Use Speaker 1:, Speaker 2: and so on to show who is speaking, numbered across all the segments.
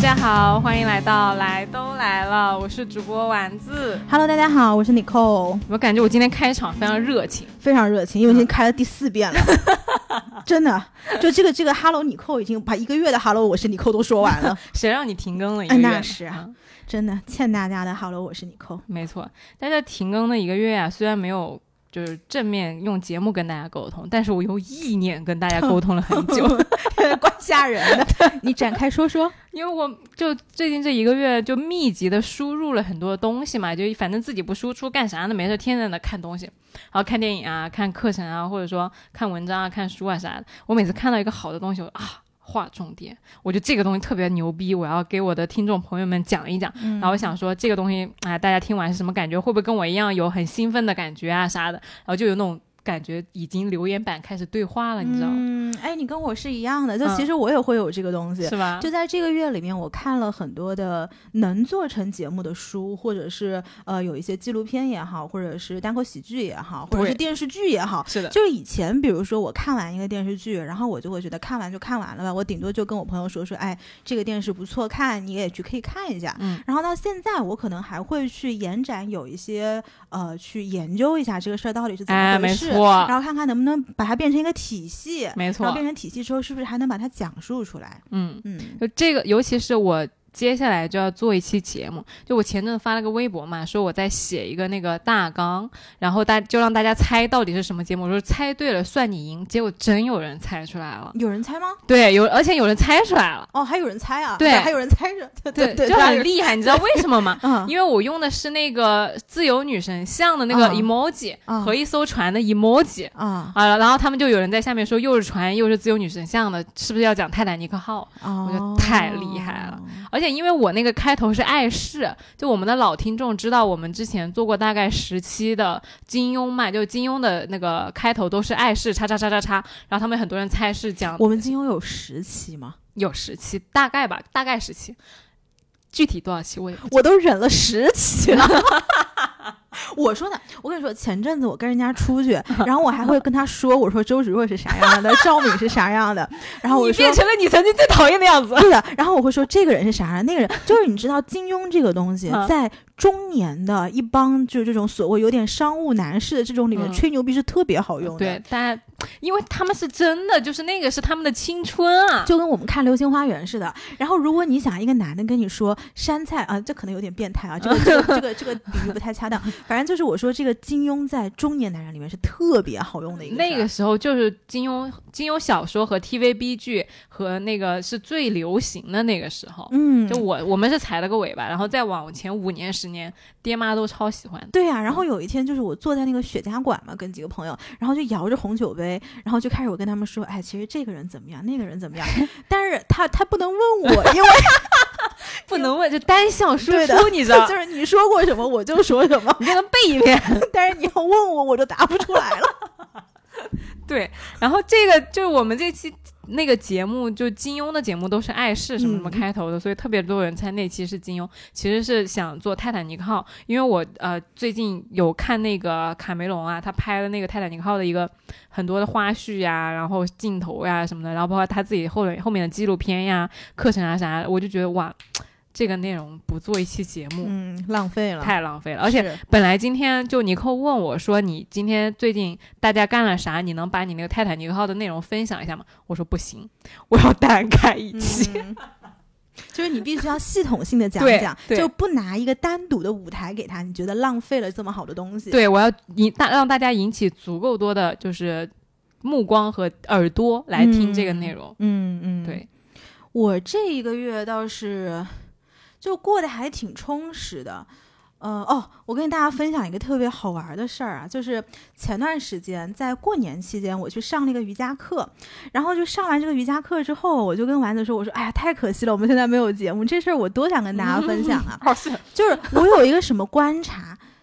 Speaker 1: 家好，欢迎来到来都来了，我是主播丸子。
Speaker 2: Hello， 大家好，我是 Nicole。
Speaker 1: 我感觉我今天开场非常热情，
Speaker 2: 非常热情，因为已经开了第4遍了，真的，就这个 Hello Nicole 已经把1个月的 Hello 我是 Nicole 都说完了。
Speaker 1: 谁让你停更了1个月？
Speaker 2: 那是啊，真的欠大家的 Hello 我是 Nicole。
Speaker 1: 没错，但是停更的1个月啊，虽然没有就是正面用节目跟大家沟通，但是我用意念跟大家沟通了很久，
Speaker 2: 怪吓人的。你展开说说。
Speaker 1: 因为我就最近这1个月就密集的输入了很多东西嘛，就反正自己不输出干啥呢？没事天天的看东西，然后看电影啊，看课程啊，或者说看文章啊，看书啊啥的。我每次看到一个好的东西，划重点，我觉得这个东西特别牛逼，我要给我的听众朋友们讲一讲。然后我想说这个东西大家听完是什么感觉？会不会跟我一样有很兴奋的感觉啊啥的？然后就有那种感觉已经留言板开始对话了，你知道吗？
Speaker 2: 你跟我是一样的，就其实我也会有这个东西，
Speaker 1: 是吧？
Speaker 2: 就在这个月里面，我看了很多的能做成节目的书，或者是有一些纪录片也好，或者是单口喜剧也好，或者是电视剧也好。
Speaker 1: 是的，
Speaker 2: 就是以前比如说我看完一个电视剧，然后我就会觉得看完就看完了吧，我顶多就跟我朋友说，哎，这个电视不错看，你也可以看一下。然后到现在我可能还会去延展有一些去研究一下这个事儿到底是怎么回事，
Speaker 1: 没错，
Speaker 2: 然后看看能不能把它变成一个体系。
Speaker 1: 没错，
Speaker 2: 然后变成体系之后是不是还能把它讲述出来。
Speaker 1: 就这个尤其是我接下来就要做一期节目，就我前阵发了个微博嘛，说我在写一个那个大纲，然后就让大家猜到底是什么节目，我说猜对了算你赢，结果真有人猜出来了。
Speaker 2: 有人猜吗？
Speaker 1: 对，而且有人猜出来了。
Speaker 2: 还有人猜啊？
Speaker 1: 对，
Speaker 2: 还有人猜着。对，
Speaker 1: 就很厉害。你知道为什么吗？因为我用的是那个自由女神像的那个 emoji，和一艘船的 emoji 然后他们就有人在下面说又是船又是自由女神像的，是不是要讲泰坦尼克号？我觉得太厉害了。而且因为我那个开头是爱氏，就我们的老听众知道我们之前做过大概10期的金庸嘛，就金庸的那个开头都是爱氏叉叉叉叉叉，然后他们很多人猜是讲
Speaker 2: 我们金庸有10期吗？
Speaker 1: 有10期，大概10期，具体多少期
Speaker 2: 我都忍了10期了。我说的，我跟你说，前阵子我跟人家出去，然后我还会跟他说，我说周芷若是啥样的，赵敏是啥样的，然后我说
Speaker 1: 你变成了你曾经最讨厌的样子。
Speaker 2: 对的，然后我会说这个人是啥样，那个人就是你知道金庸这个东西在中年的一帮就是这种所谓有点商务男士的这种里面吹牛逼是特别好用的。
Speaker 1: 对，大家因为他们是真的，就是那个是他们的青春啊，
Speaker 2: 就跟我们看流星花园似的。然后如果你想一个男的跟你说山菜啊，这可能有点变态啊，这个比喻不太恰当。反正就是我说这个金庸在中年男人里面是特别好用的一个。
Speaker 1: 那个时候就是金庸小说和 TVB 剧和那个是最流行的那个时候。就我们是踩了个尾巴，然后再往前5年10年，爹妈都超喜欢。
Speaker 2: 对啊，然后有一天就是我坐在那个雪茄馆嘛，跟几个朋友，然后就摇着红酒杯，然后就开始我跟他们说，哎，其实这个人怎么样，那个人怎么样，但是他不能问我，因为
Speaker 1: 不能问，就单向输出，你知道，
Speaker 2: 就是你说过什么我就说什么，
Speaker 1: 你就能背一遍，
Speaker 2: 但是你要问我就答不出来了。
Speaker 1: 对，然后这个就是我们这期那个节目，就金庸的节目都是爱氏什么什么开头的，所以特别多人猜那期是金庸，其实是想做泰坦尼克号。因为我最近有看那个卡梅隆啊，他拍了那个泰坦尼克号的一个很多的花絮呀，然后镜头呀什么的，然后包括他自己后面的纪录片呀、课程啊啥，我就觉得哇，这个内容不做一期节目，
Speaker 2: 浪费了，
Speaker 1: 太浪费了。而且本来今天就尼寇问我说，你今天最近大家干了啥？你能把你那个泰坦尼克号的内容分享一下吗？我说不行，我要单开一期。
Speaker 2: 就是你必须要系统性的讲讲，就不拿一个单独的舞台给他，你觉得浪费了这么好的东西。
Speaker 1: 对，我要让大家引起足够多的就是目光和耳朵来听这个内容。对，
Speaker 2: 我这1个月倒是就过得还挺充实的。我跟大家分享一个特别好玩的事儿啊，就是前段时间在过年期间我去上那个瑜伽课，然后就上完这个瑜伽课之后，我就跟丸子说，我说哎呀太可惜了，我们现在没有节目，这事儿我多想跟大家分享啊。就是我有一个什么观察，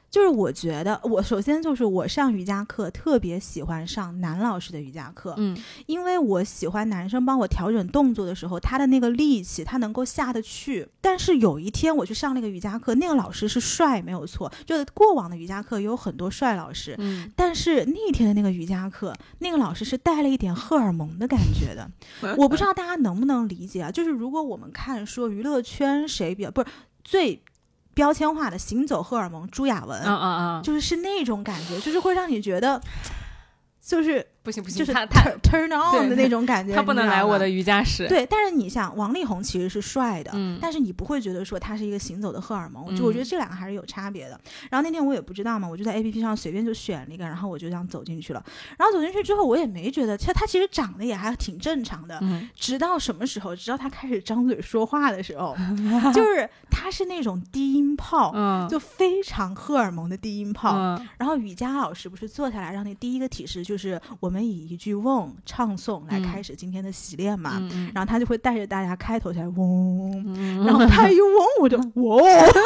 Speaker 2: 就是我觉得我首先就是我上瑜伽课特别喜欢上男老师的瑜伽课，因为我喜欢男生帮我调整动作的时候，他的那个力气他能够下得去。但是有一天我去上那个瑜伽课，那个老师是帅没有错，就过往的瑜伽课有很多帅老师，但是那天的那个瑜伽课，那个老师是带了一点荷尔蒙的感觉的。我不知道大家能不能理解啊？就是如果我们看说娱乐圈谁比较不是最标签化的行走荷尔蒙朱亚文，就是那种感觉，就是会让你觉得就是
Speaker 1: 不行，
Speaker 2: 就是
Speaker 1: 他
Speaker 2: turn on 的那种感觉，
Speaker 1: 他不能来我的瑜伽室。
Speaker 2: 对，但是你想，王力宏其实是帅的，但是你不会觉得说他是一个行走的荷尔蒙，就我觉得这两个还是有差别的。然后那天我也不知道嘛，我就在 APP 上随便就选了一个，然后我就这样走进去了。然后走进去之后，我也没觉得他其实长得也还挺正常的，直到什么时候？直到他开始张嘴说话的时候，就是他是那种低音炮，就非常荷尔蒙的低音炮。然后瑜伽老师不是坐下来让你第一个提示就是我们以一句嗡唱诵来开始今天的习练嘛，然后他就会带着大家开头起来嗡，然后他一嗡我就嗡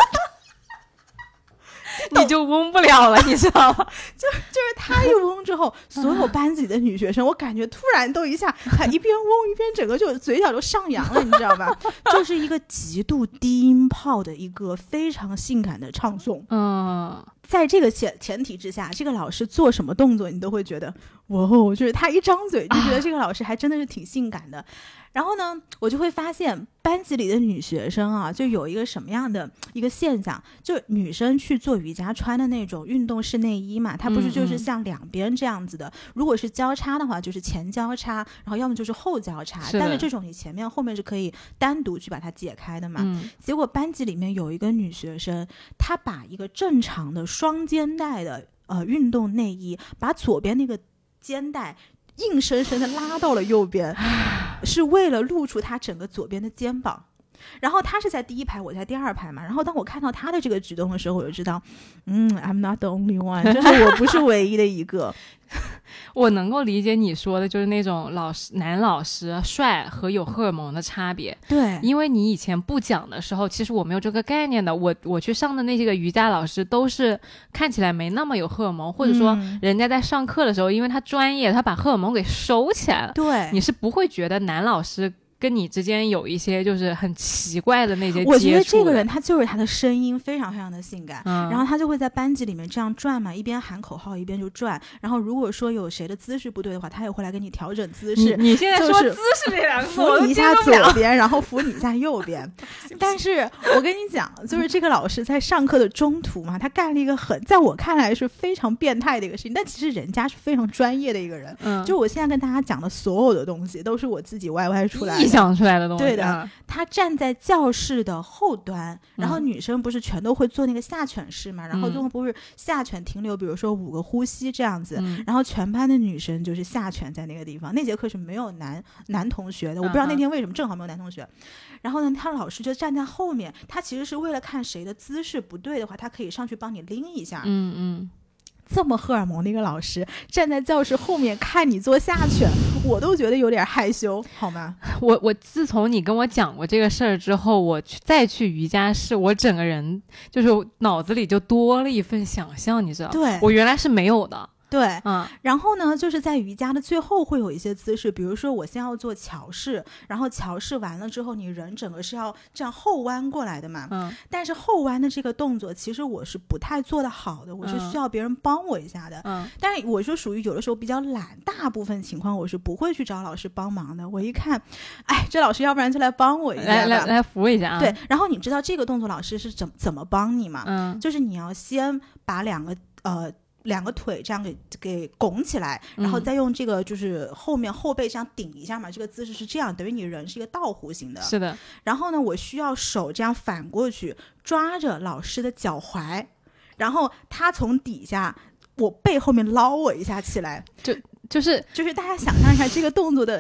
Speaker 1: 你就嗡不了了，你知道吗？
Speaker 2: 就是他一嗡之后，所有班级里的女学生，我感觉突然都一下，他一边嗡一边整个就嘴角就上扬了，你知道吧？就是一个极度低音炮的一个非常性感的唱诵。在这个前提之下，这个老师做什么动作你都会觉得哇，就是他一张嘴就觉得这个老师还真的是挺性感的。然后呢，我就会发现班级里的女学生啊，就有一个什么样的一个现象，就女生去做瑜伽穿的那种运动式内衣嘛，它不是就是像两边这样子的，如果是交叉的话就是前交叉，然后要么就是后交叉，但是这种你前面后面是可以单独去把它解开的嘛。结果班级里面有一个女学生，她把一个正常的双肩带的运动内衣，把左边那个肩带硬生生的拉到了右边，是为了露出他整个左边的肩膀。然后他是在第一排，我在第二排嘛。然后当我看到他的这个举动的时候，我就知道，I'm not the only one， 就是我不是唯一的一个。
Speaker 1: 我能够理解你说的，就是那种男老师帅和有荷尔蒙的差别。
Speaker 2: 对，
Speaker 1: 因为你以前不讲的时候，其实我没有这个概念的。我去上的那些个瑜伽老师都是看起来没那么有荷尔蒙，或者说人家在上课的时候，因为他专业，他把荷尔蒙给收起来了。
Speaker 2: 对，
Speaker 1: 你是不会觉得男老师跟你之间有一些就是很奇怪的那些接触。
Speaker 2: 我觉得这个人他就是他的声音非常非常的性感，然后他就会在班级里面这样转嘛，一边喊口号一边就转，然后如果说有谁的姿势不对的话，他也会来给你调整姿势。
Speaker 1: 你现在说姿势这两个字，
Speaker 2: 扶你一下左边，然后扶你一下右边。但是我跟你讲，就是这个老师在上课的中途嘛，他干了一个在我看来是非常变态的一个事情，但其实人家是非常专业的一个人。就我现在跟大家讲的所有的东西，都是我自己歪出来的。
Speaker 1: 想出来的东西。
Speaker 2: 对的，他站在教室的后端，然后女生不是全都会做那个下犬式嘛，然后最后不是下犬停留，比如说5个呼吸这样子，然后全班的女生就是下犬在那个地方。那节课是没有男同学的，我不知道那天为什么正好没有男同学。然后呢，他老师就站在后面，他其实是为了看谁的姿势不对的话，他可以上去帮你拎一下。这么荷尔蒙的一个老师站在教室后面看你做下犬，我都觉得有点害羞，好吗？
Speaker 1: 我自从你跟我讲过这个事儿之后，我再去瑜伽室，我整个人就是脑子里就多了一份想象，你知道？
Speaker 2: 对，
Speaker 1: 我原来是没有的。
Speaker 2: 对，然后呢，就是在瑜伽的最后会有一些姿势，比如说我先要做桥式，然后桥式完了之后，你人整个是要这样后弯过来的嘛。但是后弯的这个动作，其实我是不太做得好的，我是需要别人帮我一下的。但是我是属于有的时候比较懒，大部分情况我是不会去找老师帮忙的。我一看，哎，这老师要不然就来帮我一下吧，
Speaker 1: 来扶一下啊。
Speaker 2: 对，然后你知道这个动作老师是怎么帮你吗？就是你要先把两个腿这样给拱起来，然后再用这个就是后背这样顶一下嘛，这个姿势是这样，等于你人是一个倒弧形的。
Speaker 1: 是的。
Speaker 2: 然后呢，我需要手这样反过去抓着老师的脚踝，然后他从底下我背后面捞我一下起来，
Speaker 1: 就是
Speaker 2: 大家想象一下这个动作的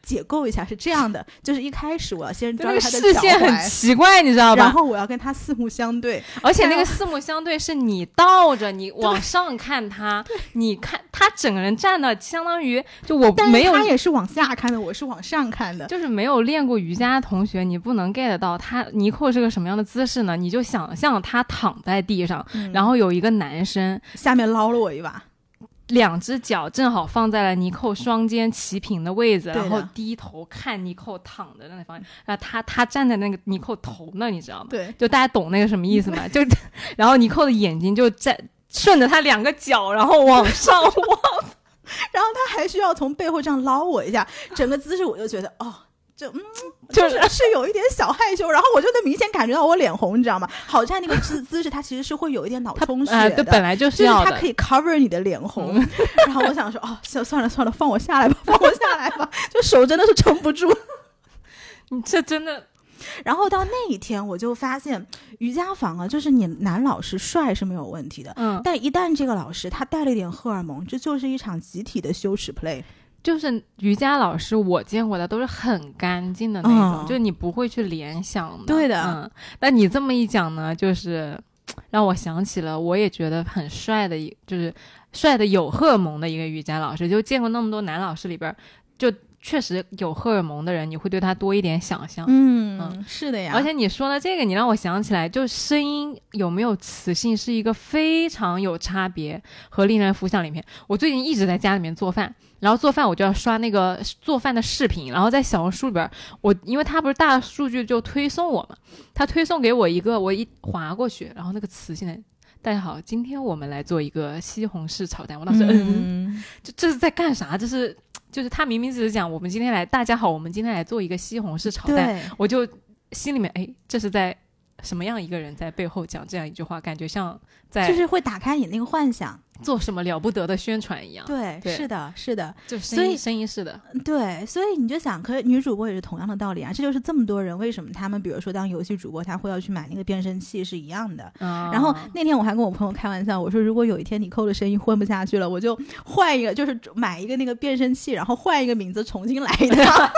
Speaker 2: 解构一下，是这样的，就是一开始我要先抓住他的
Speaker 1: 视线很奇怪，你知道吧？
Speaker 2: 然后我要跟他四目相对，
Speaker 1: 而且那个四目相对是你倒着，你往上看他，你看他整个人站的，相当于就我没有，
Speaker 2: 但是他也是往下看的，我是往上看的，
Speaker 1: 就是没有练过瑜伽的同学，你不能 get 到他尼寇是个什么样的姿势呢？你就想象他躺在地上，然后有一个男生
Speaker 2: 下面捞了我一把。
Speaker 1: 两只脚正好放在了尼寇双肩齐平的位置，然后低头看尼寇躺的那个方向，然后他站在那个尼寇头那，你知道吗？
Speaker 2: 对，
Speaker 1: 就大家懂那个什么意思吗？就然后尼寇的眼睛就顺着他两个脚，然后往上望，
Speaker 2: 然后他还需要从背后这样捞我一下，整个姿势我就觉得就是有一点小害羞，然后我就能明显感觉到我脸红，你知道吗？好在那个姿势它其实是会有一点脑充血的，
Speaker 1: 对，本来就是要的，
Speaker 2: 就是它可以 cover 你的脸红。然后我想说，算了，放我下来吧，就手真的是撑不住。
Speaker 1: 你这真的。
Speaker 2: 然后到那一天，我就发现瑜伽房啊，就是你男老师帅是没有问题的，但一旦这个老师他带了一点荷尔蒙，这就是一场集体的羞耻 play。
Speaker 1: 就是瑜伽老师我见过的都是很干净的那种，就是你不会去联想的。
Speaker 2: 对的，
Speaker 1: 但你这么一讲呢，就是让我想起了我也觉得很帅的，就是帅的有荷尔蒙的一个瑜伽老师。就见过那么多男老师里边，就确实有荷尔蒙的人，你会对他多一点想象。
Speaker 2: 是的呀。
Speaker 1: 而且你说的这个，你让我想起来，就声音有没有磁性是一个非常有差别和令人浮想联翩。我最近一直在家里面做饭，然后做饭我就要刷那个做饭的视频，然后在小红书里边，因为他不是大数据就推送我嘛，他推送给我一个，我一划过去，然后那个磁性的。大家好，今天我们来做一个西红柿炒蛋。我当时这是在干啥？就是他明明只是讲我们今天来，大家好，我们今天来做一个西红柿炒蛋，我就心里面这是在什么样一个人在背后讲这样一句话，感觉像在
Speaker 2: 就是会打开你那个幻想，
Speaker 1: 做什么了不得的宣传一样。
Speaker 2: 对，是的，
Speaker 1: 就声音是的，
Speaker 2: 对，所以你就想，可是女主播也是同样的道理啊。这就是这么多人为什么他们比如说当游戏主播，他会要去买那个变声器是一样的。然后那天我还跟我朋友开玩笑，我说如果有一天尼寇的声音混不下去了，我就换一个，就是买一个那个变声器，然后换一个名字重新来一趟。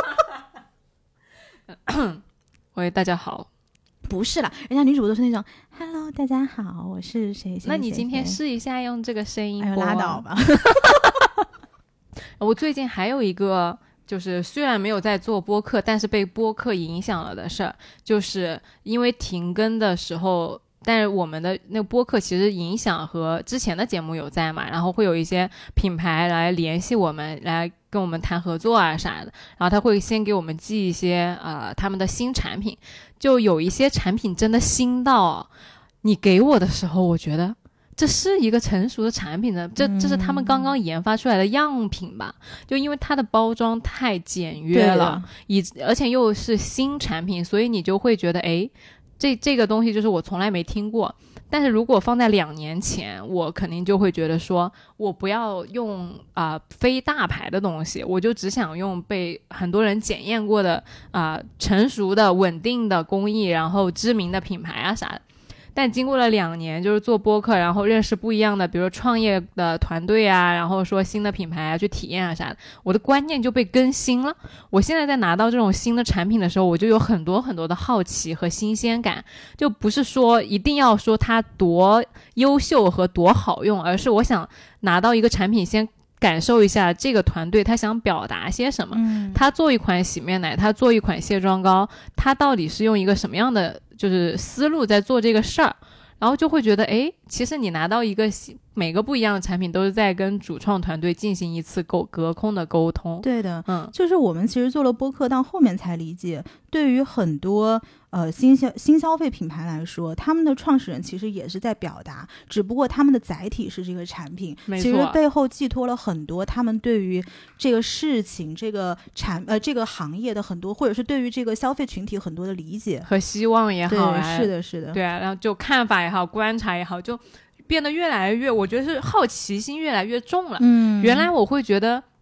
Speaker 1: 喂，大家好。
Speaker 2: 不是啦，人家女主播都是那种 Hello 大家好，我是谁。
Speaker 1: 那你今天试一下用这个声音播，
Speaker 2: 拉倒吧。
Speaker 1: 我最近还有一个就是虽然没有在做播客，但是被播客影响了的事儿，就是因为停更的时候，但是我们的那个播客其实影响和之前的节目有在嘛，然后会有一些品牌来联系我们，来跟我们谈合作啊啥的，然后他会先给我们寄一些他们的新产品，就有一些产品真的新到你给我的时候，我觉得这是一个成熟的产品呢，这是他们刚刚研发出来的样品吧，就因为它的包装太简约了，而且又是新产品，所以你就会觉得这个东西就是我从来没听过。但是如果放在2年前，我肯定就会觉得说我不要用非大牌的东西，我就只想用被很多人检验过的成熟的稳定的工艺，然后知名的品牌啊啥的。但经过了2年，就是做播客，然后认识不一样的比如说创业的团队啊，然后说新的品牌啊去体验啊啥的，我的观念就被更新了。我现在在拿到这种新的产品的时候，我就有很多很多的好奇和新鲜感，就不是说一定要说它多优秀和多好用，而是我想拿到一个产品先感受一下这个团队他想表达些什么，他做一款洗面奶，他做一款卸妆膏，他到底是用一个什么样的就是思路在做这个事儿，然后就会觉得其实你拿到一个每个不一样的产品都是在跟主创团队进行一次隔空的沟通。
Speaker 2: 对的，就是我们其实做了播客到后面才理解，对于很多新消费品牌来说，他们的创始人其实也是在表达，只不过他们的载体是这个产品，其实背后寄托了很多他们对于这个事情这个这个行业的很多，或者是对于这个消费群体很多的理解
Speaker 1: 和希望也好，
Speaker 2: 是的，
Speaker 1: 对啊，然后就看法也好，观察也好，就变得越来越，我觉得是好奇心越来越重了。原来我会觉得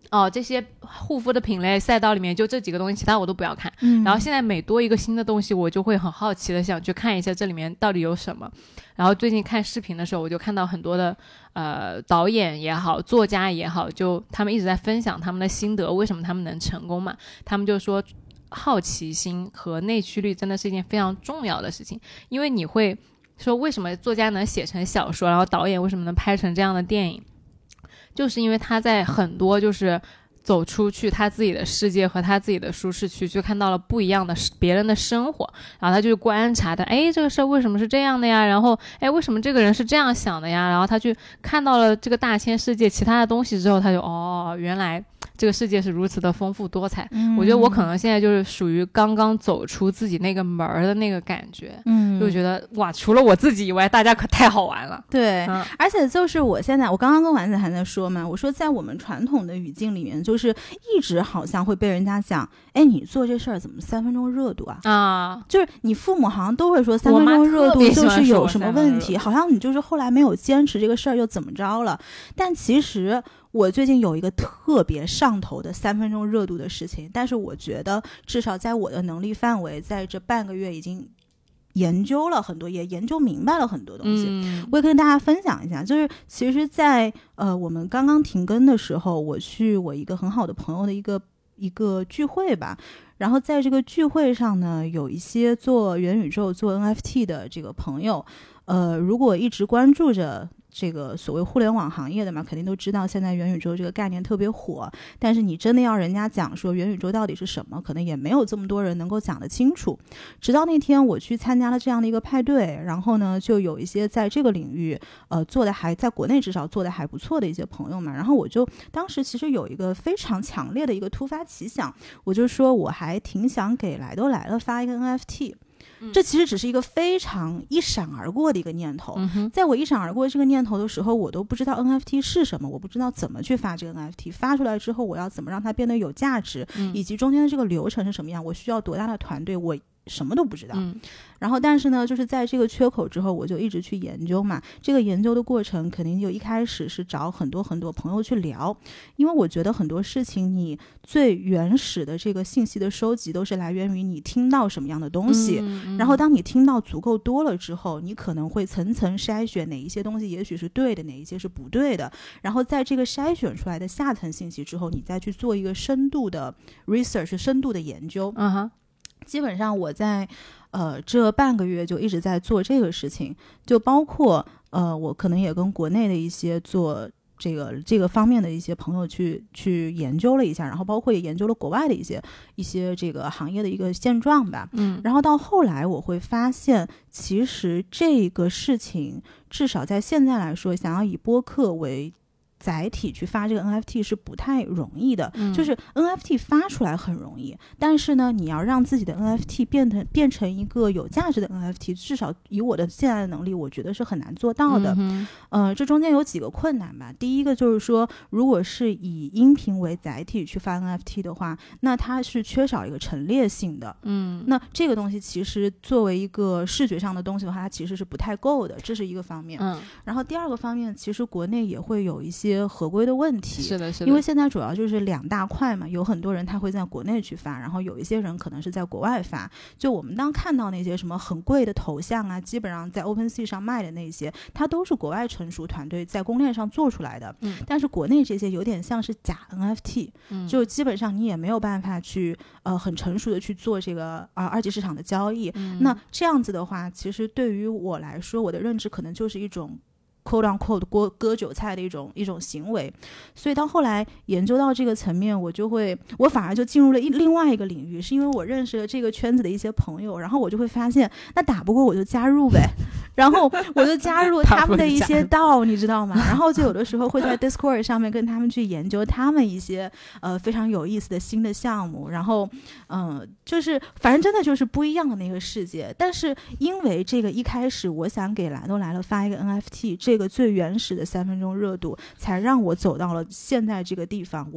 Speaker 1: 这些护肤的品类赛道里面就这几个东西，其他我都不要看。然后现在每多一个新的东西，我就会很好奇的想去看一下这里面到底有什么。然后最近看视频的时候，我就看到很多的导演也好，作家也好，就他们一直在分享他们的心得，为什么他们能成功嘛。他们就说好奇心和内驱力真的是一件非常重要的事情，因为你会说为什么作家能写成小说，然后导演为什么能拍成这样的电影，就是因为他在很多就是走出去他自己的世界和他自己的舒适区，就看到了不一样的别人的生活，然后他就观察的，这个事为什么是这样的呀，然后为什么这个人是这样想的呀，然后他去看到了这个大千世界其他的东西之后，他就原来这个世界是如此的丰富多彩。我觉得我可能现在就是属于刚刚走出自己那个门的那个感觉，就觉得哇，除了我自己以外，大家可太好玩了。
Speaker 2: 对，而且就是我刚刚跟丸子还在说嘛，我说在我们传统的语境里面，就是一直好像会被人家讲，你做这事儿怎么3分钟热度啊？就是你父母好像都会说3分钟热度就是有什么问题，好像你就是后来没有坚持这个事儿又怎么着了。但其实我最近有一个特别上头的3分钟热度的事情，但是我觉得至少在我的能力范围，在这半个月已经研究了很多，也研究明白了很多东西。我也跟大家分享一下，就是其实在我们刚刚停更的时候，我去我一个很好的朋友的一个聚会吧，然后在这个聚会上呢，有一些做元宇宙做 NFT 的这个朋友，如果一直关注着这个所谓互联网行业的嘛，肯定都知道现在元宇宙这个概念特别火，但是你真的要人家讲说元宇宙到底是什么，可能也没有这么多人能够讲得清楚。直到那天我去参加了这样的一个派对，然后呢就有一些在这个领域做的还在国内至少做的还不错的一些朋友嘛，然后我就当时其实有一个非常强烈的一个突发奇想，我就说我还挺想给来都来了发一个 NFT。这其实只是一个非常一闪而过的一个念头，在我一闪而过这个念头的时候，我都不知道 NFT 是什么，我不知道怎么去发这个 NFT， 发出来之后我要怎么让它变得有价值，以及中间的这个流程是什么样，我需要多大的团队，我什么都不知道。然后但是呢就是在这个缺口之后，我就一直去研究嘛，这个研究的过程肯定就一开始是找很多很多朋友去聊，因为我觉得很多事情你最原始的这个信息的收集都是来源于你听到什么样的东西，然后当你听到足够多了之后，你可能会层层筛选哪一些东西也许是对的，哪一些是不对的，然后在这个筛选出来的下层信息之后，你再去做一个深度的 research 深度的研究。基本上我在这半个月就一直在做这个事情，就包括我可能也跟国内的一些做这个方面的一些朋友去研究了一下，然后包括也研究了国外的一些这个行业的一个现状吧。然后到后来我会发现，其实这个事情至少在现在来说，想要以播客为载体去发这个 NFT 是不太容易的，就是 NFT 发出来很容易，但是呢你要让自己的 NFT 变成一个有价值的 NFT， 至少以我的现在的能力我觉得是很难做到的。这中间有几个困难吧。第一个就是说，如果是以音频为载体去发 NFT 的话，那它是缺少一个陈列性的。那这个东西其实作为一个视觉上的东西的话，它其实是不太够的，这是一个方面。然后第二个方面，其实国内也会有一些合规的问题。是的，因为现在主要就是2大块嘛，有很多人他会在国内去发，然后有一些人可能是在国外发。就我们当看到那些什么很贵的头像啊，基本上在 OpenSea 上卖的那些，它都是国外成熟团队在公链上做出来的。但是国内这些有点像是假 NFT，就基本上你也没有办法去很成熟的去做这个二级市场的交易。那这样子的话，其实对于我来说，我的认知可能就是一种quote unquote 割韭菜的一种行为。所以到后来研究到这个层面，我反而就进入了另外一个领域，是因为我认识了这个圈子的一些朋友，然后我就会发现，那打不过我就加入呗，然后我就加入他们的一些道，你知道吗？然后就有的时候会在 Discord 上面跟他们去研究他们一些非常有意思的新的项目，然后就是反正真的就是不一样的那个世界。但是因为这个一开始我想给来都来了发一个 NFT，这个最原始的3分钟热度，才让我走到了现在这个地方。我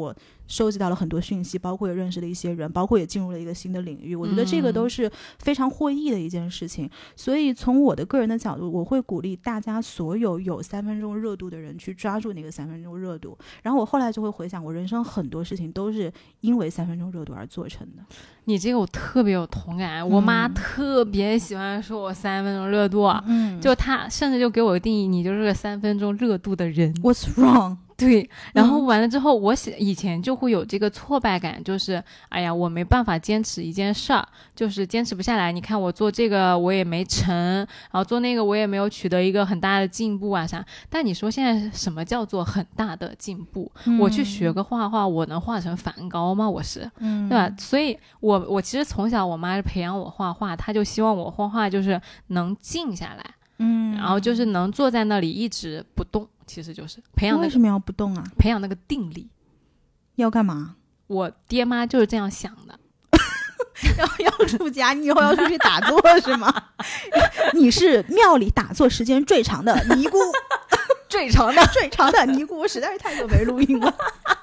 Speaker 2: 收集到了很多讯息，包括也认识了一些人，包括也进入了一个新的领域，我觉得这个都是非常获益的一件事情。所以从我的个人的角度，我会鼓励大家所有3分钟热度的人去抓住那个3分钟热度。然后我后来就会回想，我人生很多事情都是因为3分钟热度而做成的。
Speaker 1: 你这个我特别有同感，我妈特别喜欢说我3分钟热度，就她甚至就给我个定义，你就是个3分钟热度的人。
Speaker 2: What's wrong？
Speaker 1: 对，然后完了之后，我以前就会有这个挫败感，就是哎呀，我没办法坚持一件事儿，就是坚持不下来。你看我做这个我也没成，然后做那个我也没有取得一个很大的进步啊啥。但你说现在什么叫做很大的进步？我去学个画画，我能画成梵高吗？我是，对吧？所以我其实从小我妈培养我画画，她就希望我画画就是能静下来，然后就是能坐在那里一直不动。其实就是培养
Speaker 2: 为什么要不动啊？
Speaker 1: 培养那个定力。
Speaker 2: 要干嘛？
Speaker 1: 我爹妈就是这样想的。
Speaker 2: 要出家，你以后要出去打坐是吗？你是庙里打坐时间最长的尼姑。最长的尼姑，实在是太久没录音了。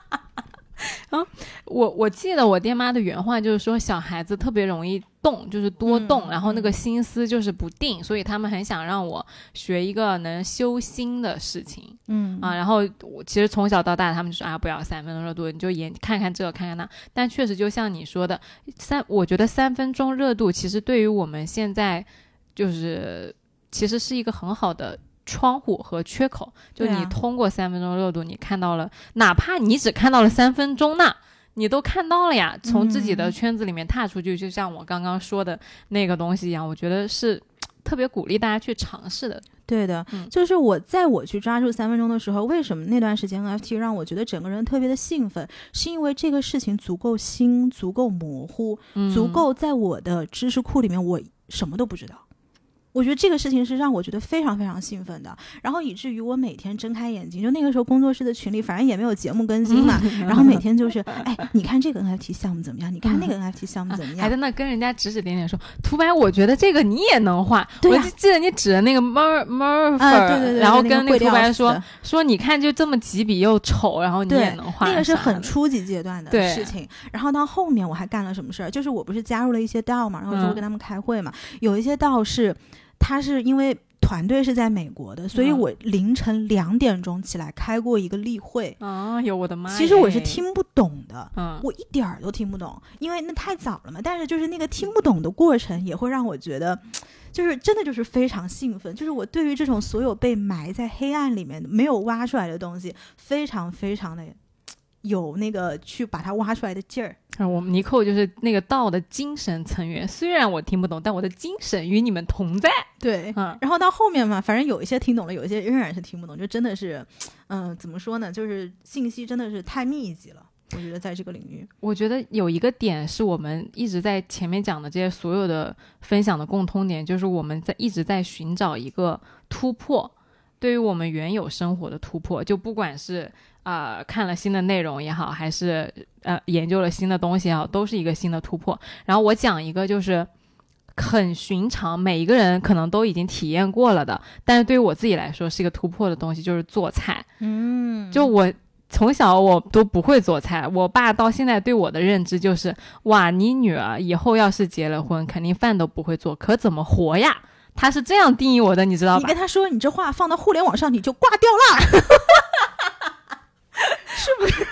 Speaker 1: 我记得我爹妈的原话就是说，小孩子特别容易动，就是多动，然后那个心思就是不定，所以他们很想让我学一个能修心的事情。然后我其实从小到大他们就说不要3分钟热度，你就看看这看看那。但确实就像你说的，我觉得3分钟热度其实对于我们现在就是其实是一个很好的窗户和缺口，就你通过3分钟热度你看到了，哪怕你只看到了3分钟呢，你都看到了呀，从自己的圈子里面踏出去，就像我刚刚说的那个东西一样，我觉得是特别鼓励大家去尝试的。
Speaker 2: 对的，就是我去抓住3分钟的时候，为什么那段时间 NFT 让我觉得整个人特别的兴奋，是因为这个事情足够新，足够模糊，足够在我的知识库里面我什么都不知道。我觉得这个事情是让我觉得非常非常兴奋的，然后以至于我每天睁开眼睛，就那个时候工作室的群里反正也没有节目更新嘛，然后每天就是你看这个 NFT 项目怎么样，你看那个 NFT 项目怎么样，
Speaker 1: 还在那跟人家指指点点说涂白我觉得这个你也能画。我就记得你指的那个 Murphy，
Speaker 2: 对，
Speaker 1: 然后跟那个涂白说你看就这么几笔又丑，然后你也能画。
Speaker 2: 那个是很初级阶段的事情。然后到后面我还干了什么事儿，就是我不是加入了一些 DAO 嘛，然后就会跟他们开会嘛，有一些 DAO他是因为团队是在美国的，所以我凌晨2点钟起来开过一个例会。
Speaker 1: 有我的妈！
Speaker 2: 其实我是听不懂的，我一点儿都听不懂，因为那太早了嘛。但是就是那个听不懂的过程，也会让我觉得，就是真的就是非常兴奋。就是我对于这种所有被埋在黑暗里面没有挖出来的东西，非常非常的有那个去把它挖出来的劲儿。
Speaker 1: 我们尼寇就是那个道的精神成员，虽然我听不懂，但我的精神与你们同在。
Speaker 2: 对，然后到后面嘛，反正有一些听懂了，有一些仍然是听不懂，就真的是，怎么说呢？就是信息真的是太密集了。我觉得在这个领域，
Speaker 1: 我觉得有一个点是我们一直在前面讲的这些所有的分享的共通点，就是我们一直在寻找一个突破，对于我们原有生活的突破，就不管是看了新的内容也好，还是研究了新的东西也好，都是一个新的突破。然后我讲一个就是很寻常，每一个人可能都已经体验过了的，但是对于我自己来说是一个突破的东西，就是做菜。就我从小我都不会做菜，我爸到现在对我的认知就是哇，你女儿以后要是结了婚肯定饭都不会做，可怎么活呀，他是这样定义我的，你知道吧？
Speaker 2: 你跟他说你这话放到互联网上你就挂掉了。是不是？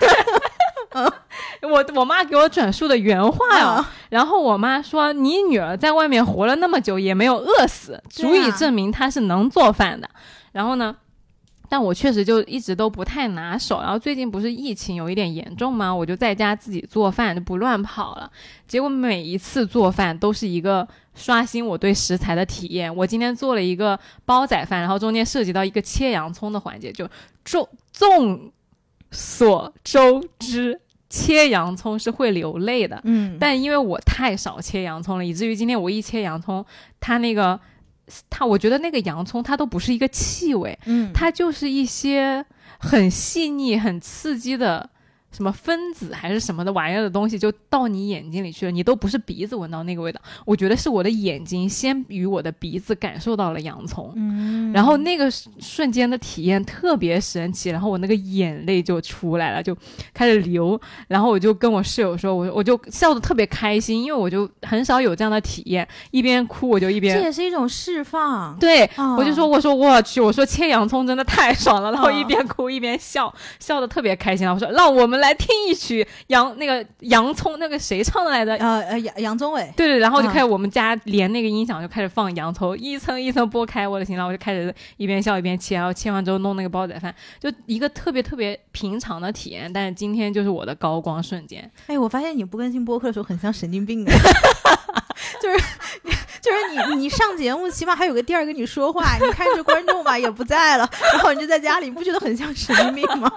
Speaker 1: 我妈给我转述的原话哟，然后我妈说你女儿在外面活了那么久也没有饿死，足以证明她是能做饭的。然后呢，但我确实就一直都不太拿手，然后最近不是疫情有一点严重吗？我就在家自己做饭，就不乱跑了。结果每一次做饭都是一个刷新我对食材的体验。我今天做了一个煲仔饭，然后中间涉及到一个切洋葱的环节，就众所周知切洋葱是会流泪的，但因为我太少切洋葱了，以至于今天我一切洋葱，我觉得那个洋葱它都不是一个气味，它就是一些很细腻很刺激的什么分子还是什么的玩意儿的东西就到你眼睛里去了，你都不是鼻子闻到那个味道，我觉得是我的眼睛先与我的鼻子感受到了洋葱，然后那个瞬间的体验特别神奇，然后我那个眼泪就出来了，就开始流，然后我就跟我室友说，我就笑得特别开心，因为我就很少有这样的体验，一边哭我就一边，
Speaker 2: 这也是一种释放。
Speaker 1: 对，我就说我说切洋葱真的太爽了，然后一边哭一边笑，笑得特别开心了。我说让我们来听一曲那个洋葱，那个谁唱的来着？
Speaker 2: 杨宗纬。
Speaker 1: 对，然后就开始我们家连那个音响就开始放洋葱，一层一层剥开我的心，然后我就开始一边笑一边切，然后切完之后弄那个煲仔饭，就一个特别特别平常的体验，但是今天就是我的高光瞬间。
Speaker 2: 哎，我发现你不更新播客的时候很像神经病就是你上节目起码还有个地儿跟你说话，你看这观众吧也不在了，然后你就在家里，你不觉得很像神经病吗？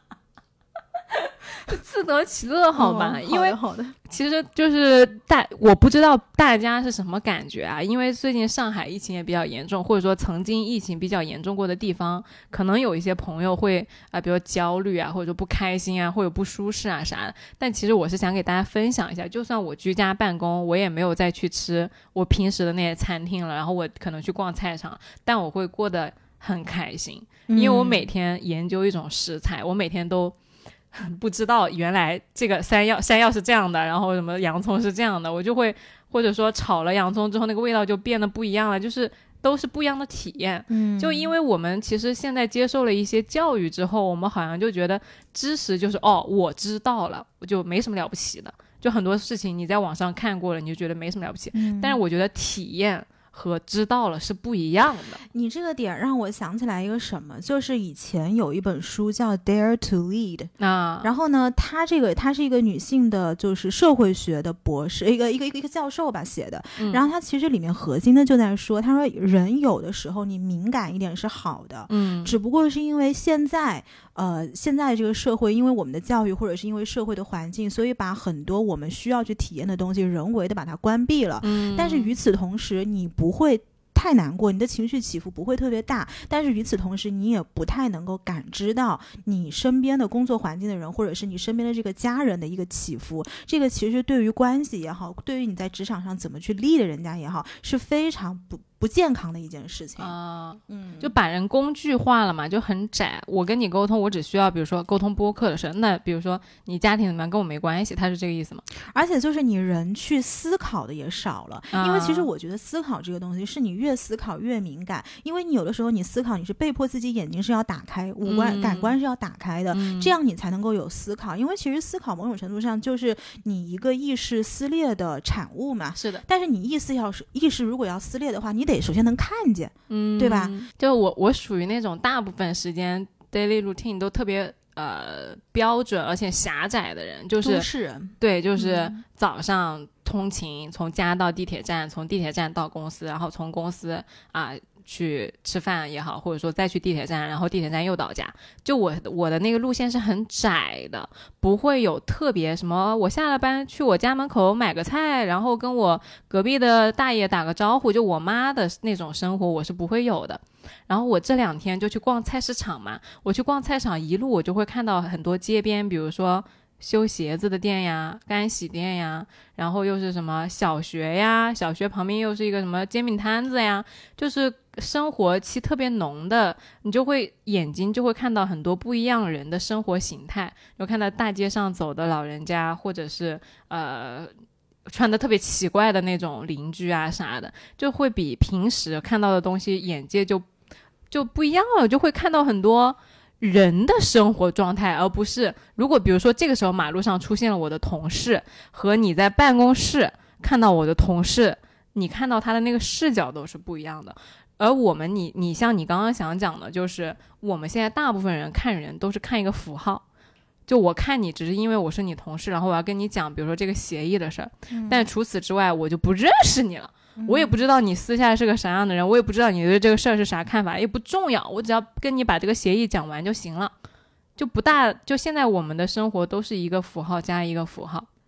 Speaker 1: 自得其乐好吧，因为
Speaker 2: 好的
Speaker 1: 其实就是我不知道大家是什么感觉啊，因为最近上海疫情也比较严重，或者说曾经疫情比较严重过的地方，可能有一些朋友会比如焦虑啊，或者说不开心啊，或者不舒适啊啥的，但其实我是想给大家分享一下，就算我居家办公，我也没有再去吃我平时的那些餐厅了，然后我可能去逛菜场，但我会过得很开心，因为我每天研究一种食材，我每天都不知道原来这个山药是这样的，然后什么洋葱是这样的，我就会或者说炒了洋葱之后那个味道就变得不一样了，就是都是不一样的体验。就因为我们其实现在接受了一些教育之后，我们好像就觉得知识就是我知道了，我就没什么了不起的，就很多事情你在网上看过了你就觉得没什么了不起，但是我觉得体验和知道了是不一样的。
Speaker 2: 你这个点让我想起来一个什么，就是以前有一本书叫 Dare to Lead 然后呢她是一个女性的就是社会学的博士，一个教授吧写的，然后她其实里面核心的就在说，她说人有的时候你敏感一点是好的，只不过是因为现在这个社会因为我们的教育或者是因为社会的环境，所以把很多我们需要去体验的东西人为的把它关闭了，但是与此同时你不会太难过，你的情绪起伏不会特别大，但是与此同时你也不太能够感知到你身边的工作环境的人或者是你身边的这个家人的一个起伏，这个其实对于关系也好，对于你在职场上怎么去lead人家也好，是非常不健康的一件事情
Speaker 1: 就把人工具化了嘛，就很窄。我跟你沟通，我只需要比如说沟通播客的事，那比如说你家庭怎么样跟我没关系，他是这个意思吗？
Speaker 2: 而且就是你人去思考的也少了，因为其实我觉得思考这个东西是你越思考越敏感，因为你有的时候你思考你是被迫自己眼睛是要打开，五官感官是要打开的，这样你才能够有思考，因为其实思考某种程度上就是你一个意识撕裂的产物嘛。
Speaker 1: 是的，
Speaker 2: 但是你意识如果要撕裂的话，你得首先能看见，对吧？
Speaker 1: 就我属于那种大部分时间 daily routine 都特别标准而且狭窄的人，就是
Speaker 2: 都市人。
Speaker 1: 对，就是早上通勤，从家到地铁站，从地铁站到公司，然后从公司去吃饭也好，或者说再去地铁站，然后地铁站又到家，就我的那个路线是很窄的，不会有特别什么我下了班去我家门口买个菜，然后跟我隔壁的大爷打个招呼，就我妈的那种生活我是不会有的。然后我这2天就去逛菜市场嘛，我去逛菜场一路我就会看到很多街边，比如说修鞋子的店呀，干洗店呀，然后又是什么小学呀，小学旁边又是一个什么煎饼摊子呀，就是生活气特别浓的，你就会眼睛就会看到很多不一样人的生活形态，就看到大街上走的老人家，或者是穿的特别奇怪的那种邻居啊啥的，就会比平时看到的东西眼界就不一样了，就会看到很多人的生活状态，而不是如果比如说这个时候马路上出现了我的同事，和你在办公室看到我的同事，你看到他的那个视角都是不一样的。而我们你像你刚刚想讲的，就是我们现在大部分人看人都是看一个符号，就我看你只是因为我是你同事，然后我要跟你讲比如说这个协议的事儿，但除此之外我就不认识你了，我也不知道你私下是个啥样的人，我也不知道你对这个事儿是啥看法，也不重要，我只要跟你把这个协议讲完就行了，就现在我们的生活都是一个符号加一个符号。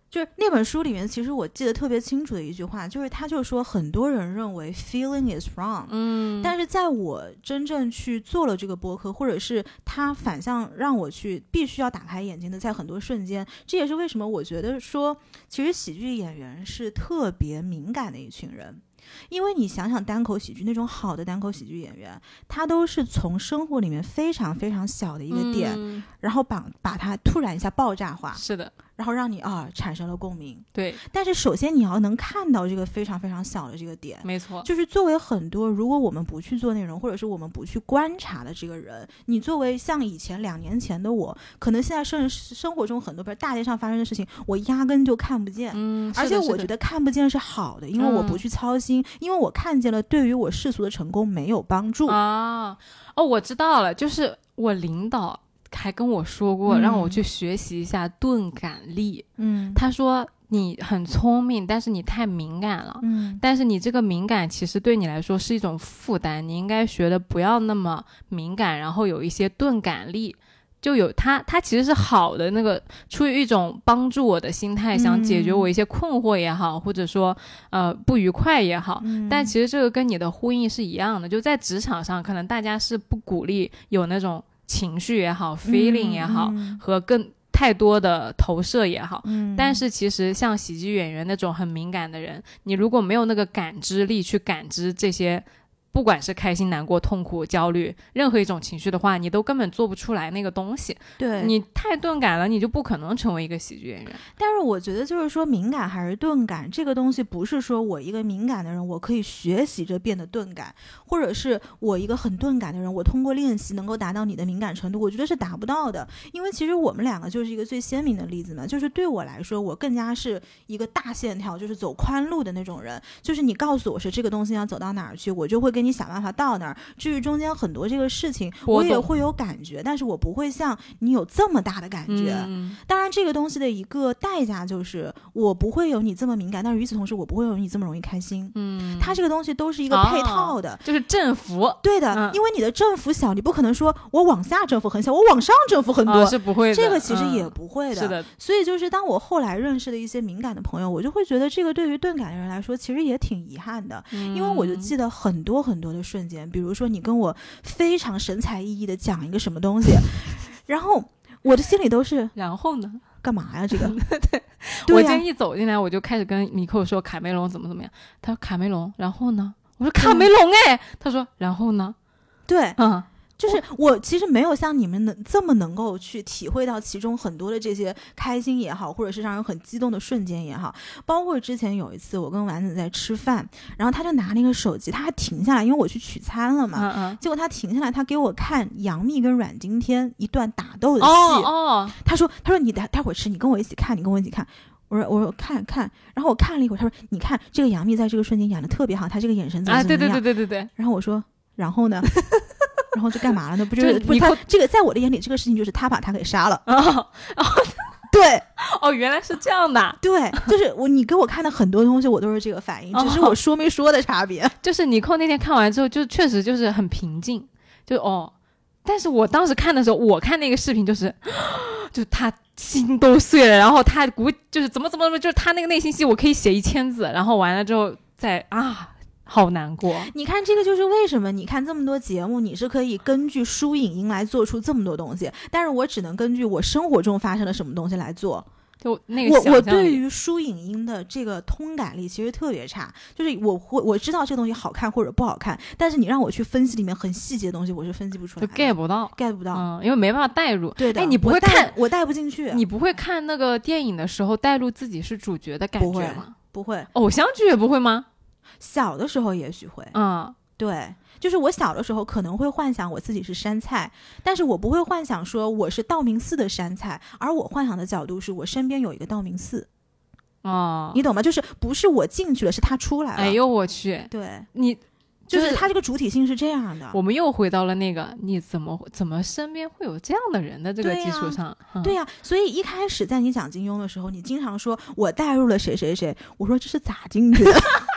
Speaker 2: 就是那本书里面，其实我记得特别清楚的一句话，就是他就说很多人认为 feeling is wrong，但是在我真正去做了这个播客，或者是他反向让我去必须要打开眼睛的，在很多瞬间，这也是为什么我觉得说，其实喜剧演员是特别敏感的一群人。因为你想想单口喜剧那种好的单口喜剧演员，他都是从生活里面非常非常小的一个点，然后把它突然一下爆炸化，
Speaker 1: 是的，
Speaker 2: 然后让你产生了共鸣。
Speaker 1: 对，
Speaker 2: 但是首先你要能看到这个非常非常小的这个点，
Speaker 1: 没错，
Speaker 2: 就是作为很多如果我们不去做内容，或者是我们不去观察的这个人，你作为像以前2年前的我，可能现在生活中很多比如大街上发生的事情，我压根就看不见。而且我觉得看不见是好的，因为我不去操心，因为我看见了对于我世俗的成功没有帮助
Speaker 1: 啊。我知道了，就是我领导还跟我说过，让我去学习一下钝感力。他说你很聪明，但是你太敏感了。但是你这个敏感其实对你来说是一种负担，你应该学的不要那么敏感，然后有一些钝感力。就有它其实是好的，那个出于一种帮助我的心态，想解决我一些困惑也好，或者说不愉快也好，但其实这个跟你的呼应是一样的，就在职场上可能大家是不鼓励有那种情绪也好feeling 也好，和更太多的投射也好，但是其实像喜剧演员那种很敏感的人，你如果没有那个感知力去感知这些不管是开心、难过、痛苦、焦虑，任何一种情绪的话，你都根本做不出来那个东西。
Speaker 2: 对，
Speaker 1: 你太钝感了，你就不可能成为一个喜剧演员。
Speaker 2: 但是我觉得就是说敏感还是钝感这个东西，不是说我一个敏感的人我可以学习着变得钝感，或者是我一个很钝感的人我通过练习能够达到你的敏感程度，我觉得是达不到的。因为其实我们两个就是一个最鲜明的例子嘛，就是对我来说我更加是一个大线条，就是走宽路的那种人，就是你告诉我是这个东西要走到哪儿去，我就会跟你想办法到那儿。至于中间很多这个事情我也会有感觉，但是我不会像你有这么大的感觉。当然这个东西的一个代价就是我不会有你这么敏感，但是与此同时我不会有你这么容易开心。它这个东西都是一个配套的，
Speaker 1: 就是振幅。
Speaker 2: 对的，因为你的振幅小，你不可能说我往下振幅很小，我往上振幅很多，
Speaker 1: 是不会的。
Speaker 2: 这个其实也不会的。
Speaker 1: 是的。
Speaker 2: 所以就是当我后来认识的一些敏感的朋友，我就会觉得这个对于钝感的人来说其实也挺遗憾的。因为我就记得很多很多的瞬间，比如说你跟我非常神采奕奕的讲一个什么东西，然后我的心里都是
Speaker 1: 然后呢
Speaker 2: 干嘛呀这个
Speaker 1: 对，我今天一走进来我就开始跟米寇说卡梅隆怎么怎么样，他说卡梅隆然后呢，我说卡梅隆他说然后呢，
Speaker 2: 对，就是我其实没有像你们这么能够去体会到其中很多的这些开心也好，或者是让人很激动的瞬间也好。包括之前有一次我跟丸子在吃饭，然后他就拿那个手机，他还停下来，因为我去取餐了嘛，结果他停下来，他给我看杨幂跟阮经天一段打斗的戏。他说你待会儿吃，你跟我一起看，我说看，然后我看了一会儿，他说你看这个杨幂在这个瞬间演的特别好，她这个眼神怎么怎么样。
Speaker 1: 对。
Speaker 2: 然后我说然后呢然后就干嘛了呢？不是他这个在我的眼里这个事情就是他把他给杀了。对，
Speaker 1: 原来是这样的。
Speaker 2: 对，就是你给我看的很多东西我都是这个反应，只是我说没说的差别。
Speaker 1: 就是尼寇那天看完之后就确实就是很平静，但是我当时看的时候，我看那个视频就是他心都碎了，然后他就是怎么就是他那个内心戏我可以写1000字，然后完了之后再好难过。
Speaker 2: 你看这个就是为什么你看这么多节目你是可以根据书影音来做出这么多东西，但是我只能根据我生活中发生了什么东西来做。
Speaker 1: 就那个
Speaker 2: 我对于书影音的这个通感力其实特别差，就是我知道这个东西好看或者不好看，但是你让我去分析里面很细节的东西我是分析不出来的，
Speaker 1: 就 get 不到，因为没办法带入。
Speaker 2: 对的，
Speaker 1: 你不会看，
Speaker 2: 我带不进去。
Speaker 1: 你不会看那个电影的时候带入自己是主角的感觉吗？
Speaker 2: 不会。
Speaker 1: 偶像剧也不会吗？
Speaker 2: 小的时候也许会。对，就是我小的时候可能会幻想我自己是杉菜，但是我不会幻想说我是道明寺的杉菜，而我幻想的角度是我身边有一个道明寺。你懂吗？就是不是我进去了，是他出来了。
Speaker 1: 哎呦我去！
Speaker 2: 对，
Speaker 1: 你
Speaker 2: 就是他这个主体性是这样的。
Speaker 1: 我们又回到了那个你怎么身边会有这样的人的这个基础上。
Speaker 2: 对呀，所以一开始在你讲金庸的时候，你经常说我带入了谁谁谁，我说这是咋进去的？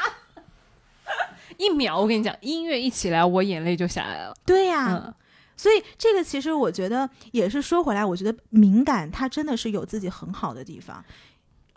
Speaker 1: 1秒我跟你讲，音乐一起来我眼泪就下来了。
Speaker 2: 对呀，所以这个其实我觉得也是说回来，我觉得敏感它真的是有自己很好的地方。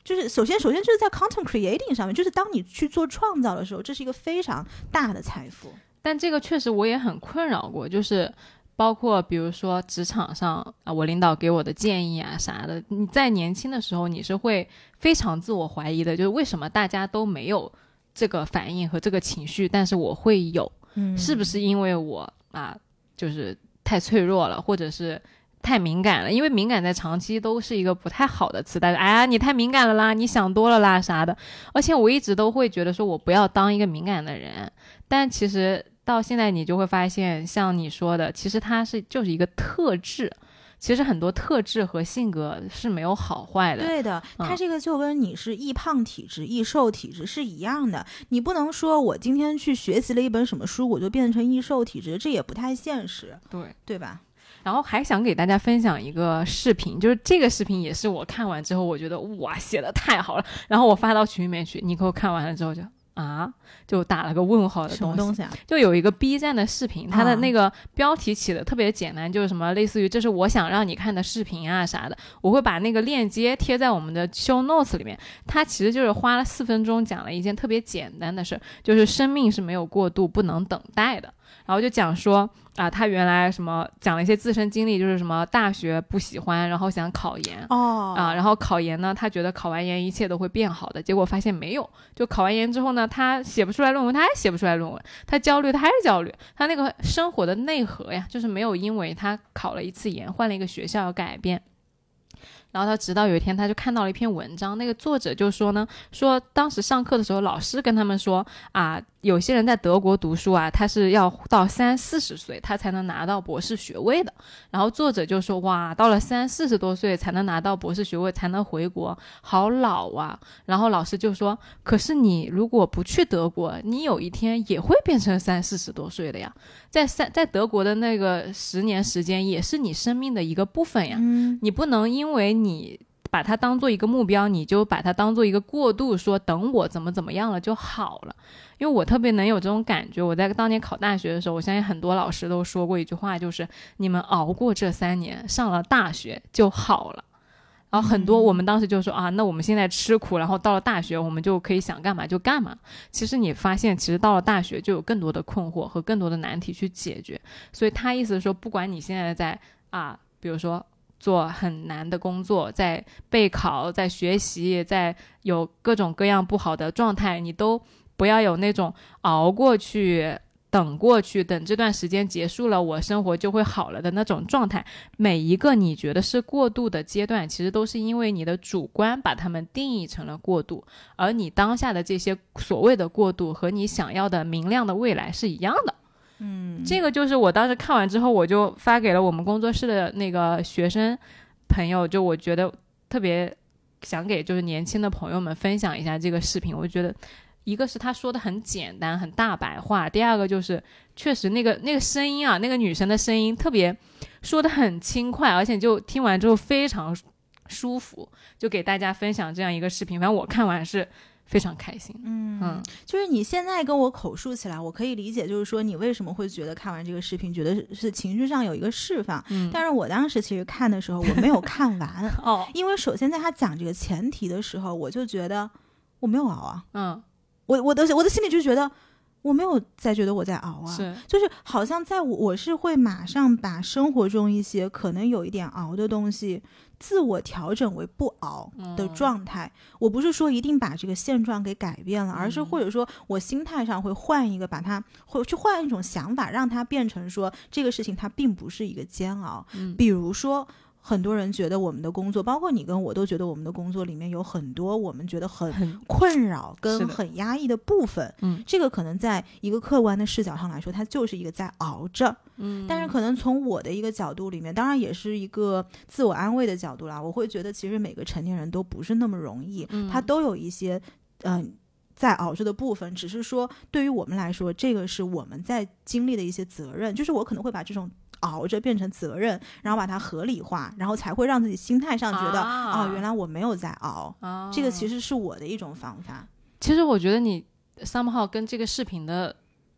Speaker 2: 就是首先就是在 content creating 上面，就是当你去做创造的时候，这是一个非常大的财富。
Speaker 1: 但这个确实我也很困扰过，就是包括比如说职场上啊，我领导给我的建议啊啥的，你在年轻的时候你是会非常自我怀疑的，就是为什么大家都没有这个反应和这个情绪，但是我会有，是不是因为我啊就是太脆弱了，或者是太敏感了？因为敏感在长期都是一个不太好的词，大家哎呀你太敏感了啦，你想多了啦啥的。而且我一直都会觉得说我不要当一个敏感的人，但其实到现在你就会发现，像你说的，其实它就是一个特质。其实很多特质和性格是没有好坏的。
Speaker 2: 对的，它这个就跟你是易胖体质、易瘦体质是一样的。你不能说我今天去学习了一本什么书，我就变成易瘦体质，这也不太现实，对吧？
Speaker 1: 然后还想给大家分享一个视频，就是这个视频也是我看完之后，我觉得哇，写的太好了，然后我发到群里面去，尼克看完了之后就打了个问号的东西。
Speaker 2: 什么东西啊？
Speaker 1: 就有一个 B 站的视频，它的那个标题起的特别简单，就是什么类似于这是我想让你看的视频啊啥的，我会把那个链接贴在我们的 show notes 里面。它其实就是花了4分钟讲了一件特别简单的事，就是生命是没有过度不能等待的。然后就讲说他原来什么讲了一些自身经历，就是什么大学不喜欢，然后想考研然后考研呢，他觉得考完研一切都会变好的，结果发现没有。就考完研之后呢，他写不出来论文，他还写不出来论文，他焦虑，他还是焦虑，他那个生活的内核呀，就是没有因为他考了一次研换了一个学校而改变。然后他直到有一天他就看到了一篇文章，那个作者就说呢，说当时上课的时候老师跟他们说有些人在德国读书他是要到30-40岁他才能拿到博士学位的。然后作者就说哇，到了30-40多岁才能拿到博士学位才能回国，好老啊。然后老师就说，可是你如果不去德国，你有一天也会变成30-40多岁的呀，在德国的那个10年时间也是你生命的一个部分呀。你不能因为你把它当做一个目标，你就把它当做一个过渡，说等我怎么样了就好了。因为我特别能有这种感觉，我在当年考大学的时候，我相信很多老师都说过一句话，就是你们熬过这3年，上了大学就好了。然后很多我们当时就说那我们现在吃苦，然后到了大学我们就可以想干嘛就干嘛。其实你发现其实到了大学就有更多的困惑和更多的难题去解决。所以他意思是说，不管你现在在比如说做很难的工作，在备考，在学习，在有各种各样不好的状态，你都不要有那种熬过去等过去，等这段时间结束了我生活就会好了的那种状态。每一个你觉得是过渡的阶段，其实都是因为你的主观把它们定义成了过渡，而你当下的这些所谓的过渡和你想要的明亮的未来是一样的。这个就是我当时看完之后，我就发给了我们工作室的那个学生朋友，就我觉得特别想给就是年轻的朋友们分享一下这个视频。我觉得一个是他说的很简单很大白话，第二个就是确实那个声音那个女生的声音特别说的很轻快，而且就听完之后非常舒服，就给大家分享这样一个视频。反正我看完是非常开心。
Speaker 2: 就是你现在跟我口述起来，我可以理解，就是说你为什么会觉得看完这个视频觉得是情绪上有一个释放。但是我当时其实看的时候我没有看完因为首先在他讲这个前提的时候，我就觉得我没有熬我的心里就觉得我没有再觉得我在熬就是好像我是会马上把生活中一些可能有一点熬的东西自我调整为不熬的状态。我不是说一定把这个现状给改变了，而是或者说我心态上会换一个，把它会去换一种想法，让它变成说这个事情它并不是一个煎熬。比如说很多人觉得我们的工作，包括你跟我都觉得我们的工作里面有很多我们觉得很困扰跟很压抑的部分。这个可能在一个客观的视角上来说，它就是一个在熬着。但是可能从我的一个角度里面，当然也是一个自我安慰的角度啦，我会觉得其实每个成年人都不是那么容易，他都有一些在熬着的部分，只是说对于我们来说，这个是我们在经历的一些责任，就是我可能会把这种熬着变成责任，然后把它合理化，然后才会让自己心态上觉得原来我没有在熬这个其实是我的一种方法。
Speaker 1: 其实我觉得你 somehow 跟这个视频的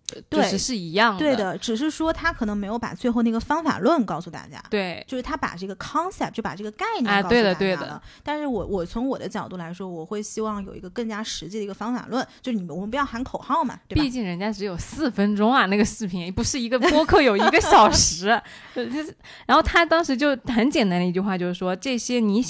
Speaker 1: 就是是一样的。
Speaker 2: 对的，只是说他可能没有把最后那个方法论告诉大家。
Speaker 1: 对，
Speaker 2: 就是他把这个 concept 就把这个概念告诉大家了。
Speaker 1: 对的对的。
Speaker 2: 但是我从我的角度来说，我会希望有一个更加实际的一个方法论，就是我们不要喊口号嘛，对吧？
Speaker 1: 毕竟人家只有4分钟啊，那个视频不是一个播客有1个小时。然后他当时就很简单的一句话，就是说这些你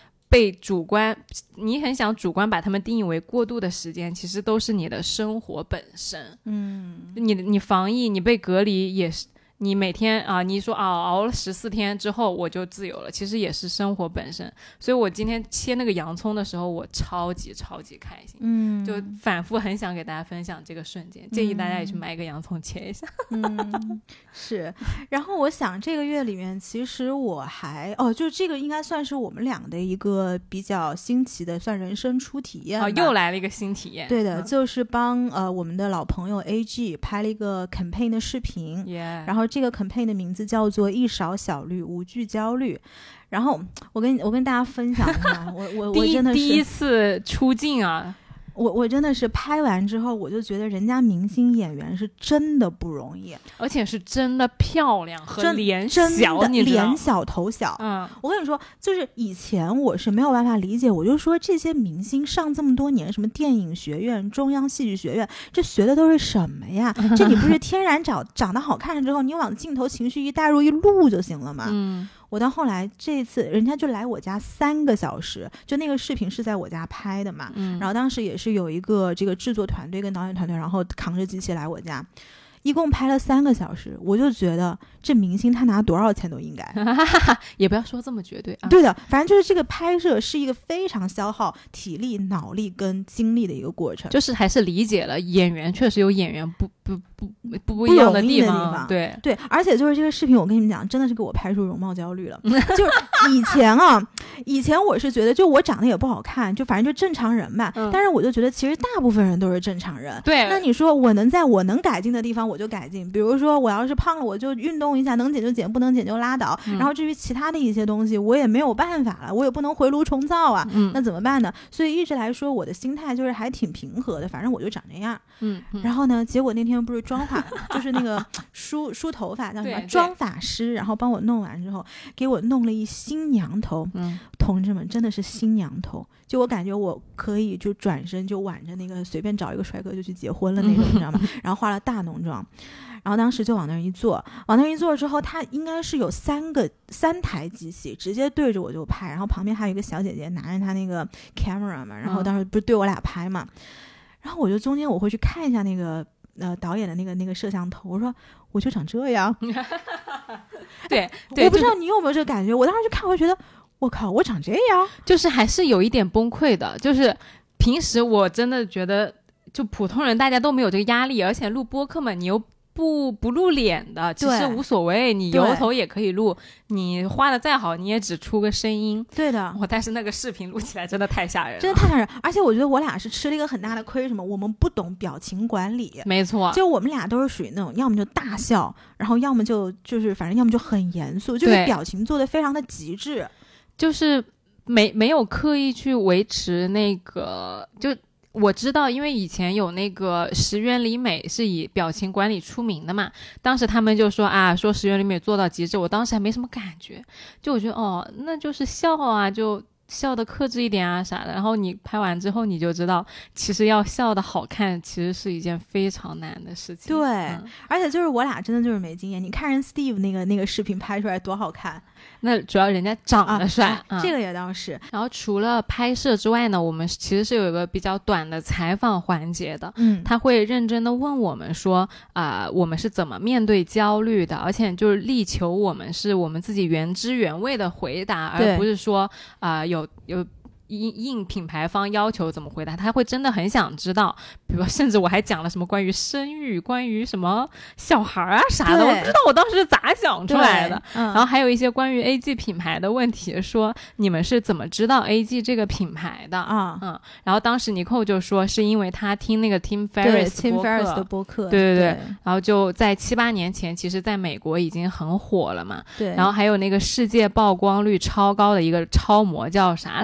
Speaker 1: 很想主观把他们定义为过度的时间，其实都是你的生活本身。你防疫，你被隔离也是。你每天你说熬了14天之后我就自由了，其实也是生活本身。所以我今天切那个洋葱的时候，我超级开心，就反复很想给大家分享这个瞬间，建议大家也去买一个洋葱切一下。
Speaker 2: 是。然后我想这个月里面，其实我还就这个应该算是我们俩的一个比较新奇的，算人生初体验吧。
Speaker 1: 又来了一个新体验。
Speaker 2: 对的，就是帮我们的老朋友 AG 拍了一个 campaign 的视频，然后这个 campaign 的名字叫做一勺小绿无惧焦虑。然后我跟大家分享一下，我真的是
Speaker 1: 第一次出镜啊。
Speaker 2: 我真的是拍完之后，我就觉得人家明星演员是真的不容易，
Speaker 1: 而且是真的漂亮和脸小，
Speaker 2: 你知道脸小头小。我跟你说，就是以前我是没有办法理解，我就说这些明星上这么多年，什么电影学院、中央戏剧学院，这学的都是什么呀？这你不是天然长得好看之后，你往镜头情绪一带入一录就行了吗？我到后来这一次人家就来我家3个小时，就那个视频是在我家拍的嘛，然后当时也是有一个这个制作团队跟导演团队，然后扛着机器来我家，一共拍了3个小时。我就觉得这明星他拿多少钱都应该
Speaker 1: 也不要说这么绝对啊。
Speaker 2: 对的，反正就是这个拍摄是一个非常消耗体力、脑力跟精力的一个过程，
Speaker 1: 就是还是理解了演员确实有演员不一样的地方。对，
Speaker 2: 而且就是这个视频，我跟你们讲，真的是给我拍出容貌焦虑了。就是以前我是觉得，就我长得也不好看，就反正就正常人吧。但是我就觉得，其实大部分人都是正常人。
Speaker 1: 对，
Speaker 2: 那你说我能在我能改进的地方我就改进，比如说我要是胖了，我就运动一下，能减就减，不能减就拉倒。然后至于其他的一些东西，我也没有办法了，我也不能回炉重造啊。那怎么办呢？所以一直来说，我的心态就是还挺平和的，反正我就长这样。然后呢，结果那天不是妆发，就是那个梳头发叫什么妆发师，然后帮我弄完之后，给我弄了一新娘头。同志们，真的是新娘头，就我感觉我可以就转身就挽着那个随便找一个帅哥就去结婚了那种，你知道吗？然后化了大浓妆，然后当时就往那儿一坐之后，他应该是有3台机器直接对着我就拍，然后旁边还有一个小姐姐拿着她那个 camera 嘛，然后当时不是对我俩拍嘛，然后我就中间我会去看一下那个导演的那个摄像头，我说我就长这样。
Speaker 1: 对，
Speaker 2: 我不知道你有没有这个感觉，我当时就看我就觉得我靠，我长这样，
Speaker 1: 就是还是有一点崩溃的。就是平时我真的觉得就普通人大家都没有这个压力，而且录播客嘛，你又不露脸的，其实无所谓，你油头也可以录，你画的再好你也只出个声音。
Speaker 2: 对的，
Speaker 1: 但是那个视频录起来真的太吓人了，
Speaker 2: 真的太吓人。而且我觉得我俩是吃了一个很大的亏，什么我们不懂表情管理。
Speaker 1: 没错，
Speaker 2: 就我们俩都是属于那种要么就大笑，然后要么就是反正要么就很严肃，就是表情做的非常的极致，就是
Speaker 1: 没有刻意去维持那个。就我知道，因为以前有那个石原里美是以表情管理出名的嘛，当时他们就说说石原里美做到极致，我当时还没什么感觉，就我觉得那就是笑啊，就笑的克制一点啊啥的。然后你拍完之后你就知道，其实要笑的好看其实是一件非常难的事情。
Speaker 2: 对，而且就是我俩真的就是没经验，你看人 Steve 那个视频拍出来多好看，
Speaker 1: 那主要人家长得帅，
Speaker 2: 这个也倒是。
Speaker 1: 然后除了拍摄之外呢，我们其实是有一个比较短的采访环节的。他会认真的问我们说我们是怎么面对焦虑的，而且就是力求我们是我们自己原汁原味的回答，而不是说有应品牌方要求怎么回答，他会真的很想知道。比如甚至我还讲了什么关于生育，关于什么小孩啊啥的，我不知道我当时是咋想出来的。然后还有一些关于 AG 品牌的问题，说你们是怎么知道 AG 这个品牌的然后当时尼寇就说是因为他听那个 Tim Ferriss
Speaker 2: 的播客，
Speaker 1: 对，然后就在7、8年前，其实在美国已经很火了嘛。
Speaker 2: 对，
Speaker 1: 然后还有那个世界曝光率超高的一个超模叫啥来着？
Speaker 2: Cindy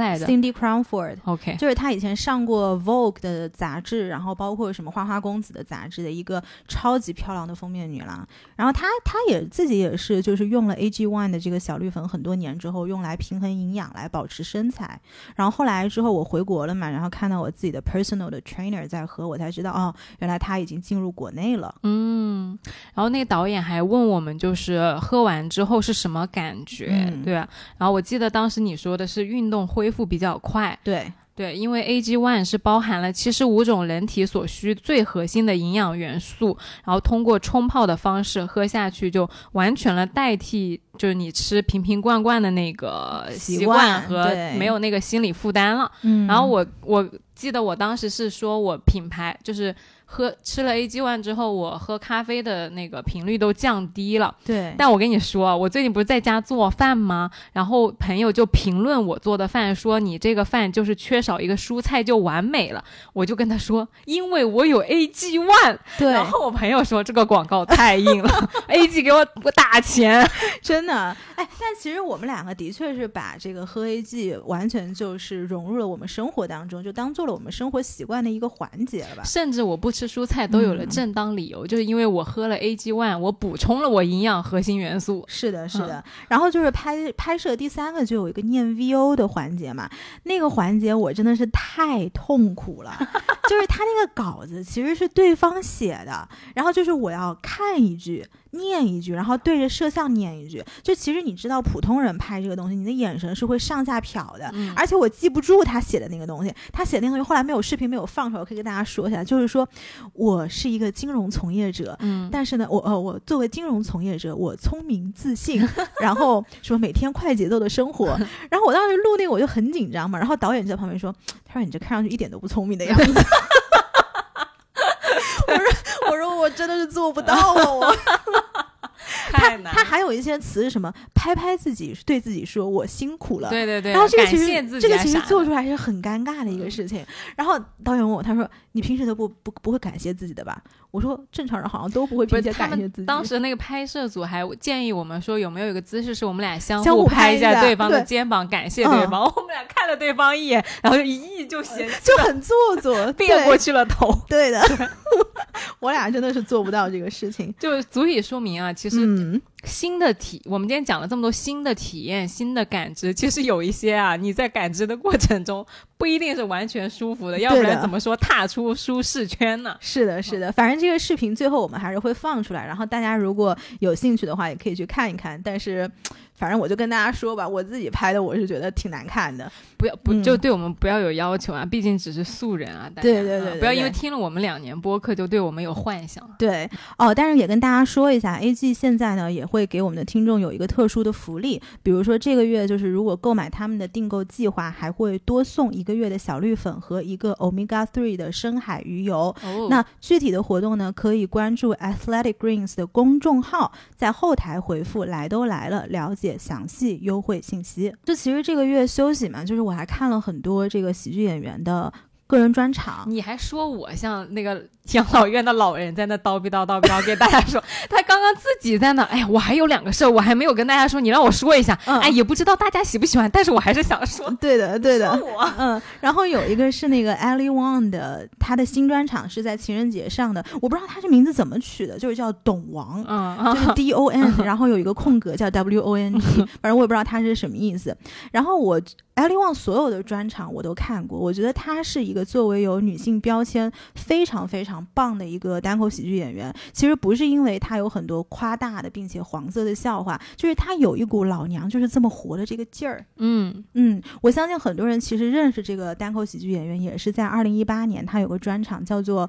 Speaker 2: Kelly Crawford。
Speaker 1: OK，
Speaker 2: 就是她以前上过 Vogue 的杂志，然后包括什么花花公子的杂志的一个超级漂亮的封面女郎。然后她也自己也是就是用了 AG1 的这个小绿粉很多年之后，用来平衡营养，来保持身材。然后后来之后我回国了嘛，然后看到我自己的 personal 的 trainer 在喝，我才知道哦，原来她已经进入国内了。
Speaker 1: 然后那个导演还问我们就是喝完之后是什么感觉，对吧？然后我记得当时你说的是运动恢复比较快，对，因为 AG1 是包含了75种人体所需最核心的营养元素，然后通过冲泡的方式喝下去，就完全了代替就是你吃瓶瓶罐罐的那个习惯和没有那个心理负担了。然后我记得我当时是说我品牌就是吃了 AG1 之后，我喝咖啡的那个频率都降低了。
Speaker 2: 对，
Speaker 1: 但我跟你说，我最近不是在家做饭吗？然后朋友就评论我做的饭，说你这个饭就是缺少一个蔬菜就完美了。我就跟他说，因为我有 AG1。
Speaker 2: 对，
Speaker 1: 然后我朋友说这个广告太硬了，AG 给我打钱，
Speaker 2: 真的。哎，但其实我们两个的确是把这个喝 AG 完全就是融入了我们生活当中，就当做了我们生活习惯的一个环节了吧。
Speaker 1: 甚至我不吃蔬菜都有了正当理由，就是因为我喝了 AG1， 我补充了我营养核心元素。
Speaker 2: 是的，是的。然后就是拍摄第3个就有一个念 VO 的环节嘛，那个环节我真的是太痛苦了，就是他那个稿子其实是对方写的，然后就是我要看一句念一句，然后对着摄像念一句。就其实你知道普通人拍这个东西，你的眼神是会上下瞟的，而且我记不住他写的那个东西，他写的那个东西后来没有视频没有放出来，我可以跟大家说一下，就是说我是一个金融从业者，但是呢我作为金融从业者，我聪明自信然后说每天快节奏的生活然后我当时录那个我就很紧张嘛，然后导演就在旁边说，他说你这看上去一点都不聪明的样子我说我真的是做不到啊我他还有一些词是什么拍拍自己对自己说我辛苦了，
Speaker 1: 对对对，
Speaker 2: 然后这个其实做出来是很尴尬的一个事情。然后导演问我，他说你平时都不会感谢自己的吧？我说正常人好像都不会平时感谢自己。
Speaker 1: 当时那个拍摄组还建议我们说有没有一个姿势是我们俩相互拍一下对方的肩膀，感谢对方。我们俩看了对方一眼，然后就一意就嫌弃，
Speaker 2: 就很做作
Speaker 1: 别过去了头。
Speaker 2: 对的我俩真的是做不到这个事情，
Speaker 1: 就足以说明啊，其实新的我们今天讲了这么多新的体验新的感知，其实有一些啊你在感知的过程中不一定是完全舒服的，要不然怎么说踏出舒适圈呢？
Speaker 2: 是的是的，反正这个视频最后我们还是会放出来，然后大家如果有兴趣的话也可以去看一看。但是反正我就跟大家说吧，我自己拍的我是觉得挺难看的，
Speaker 1: 就对我们不要有要求啊，毕竟只是素人啊，大家
Speaker 2: 对对 对， 对，
Speaker 1: 不要因为听了我们2年播客就对我们有幻想。
Speaker 2: 对哦，但是也跟大家说一下 AG 现在呢也会给我们的听众有一个特殊的福利，比如说这个月就是如果购买他们的订购计划，还会多送1个月的小绿粉和一个 Omega 3的深海鱼油。那具体的活动呢可以关注 Athletic Greens 的公众号，在后台回复来都来了了解详细优惠信息。就其实这个月休息嘛，就是我还看了很多这个喜剧演员的个人专场。
Speaker 1: 你还说我像那个养老院的老人在那叨逼叨给大家说他刚刚自己在那，哎，我还有2个事儿我还没有跟大家说，你让我说一下。哎，也不知道大家喜不喜欢，但是我还是想说。
Speaker 2: 对的对的，
Speaker 1: 说我
Speaker 2: 然后有一个是那个 Ali Wong 的，他的新专场是在情人节上的，我不知道他这名字怎么取的，就是叫董王，就是 DON 然后有一个空格叫 WONG 反正我也不知道他是什么意思。然后我Ali Wong 所有的专场我都看过，我觉得他是一个作为有女性标签非常非常棒的一个单口喜剧演员。其实不是因为他有很多夸大的并且黄色的笑话，就是他有一股老娘就是这么活的这个劲儿。我相信很多人其实认识这个单口喜剧演员也是在2018年，他有个专场叫做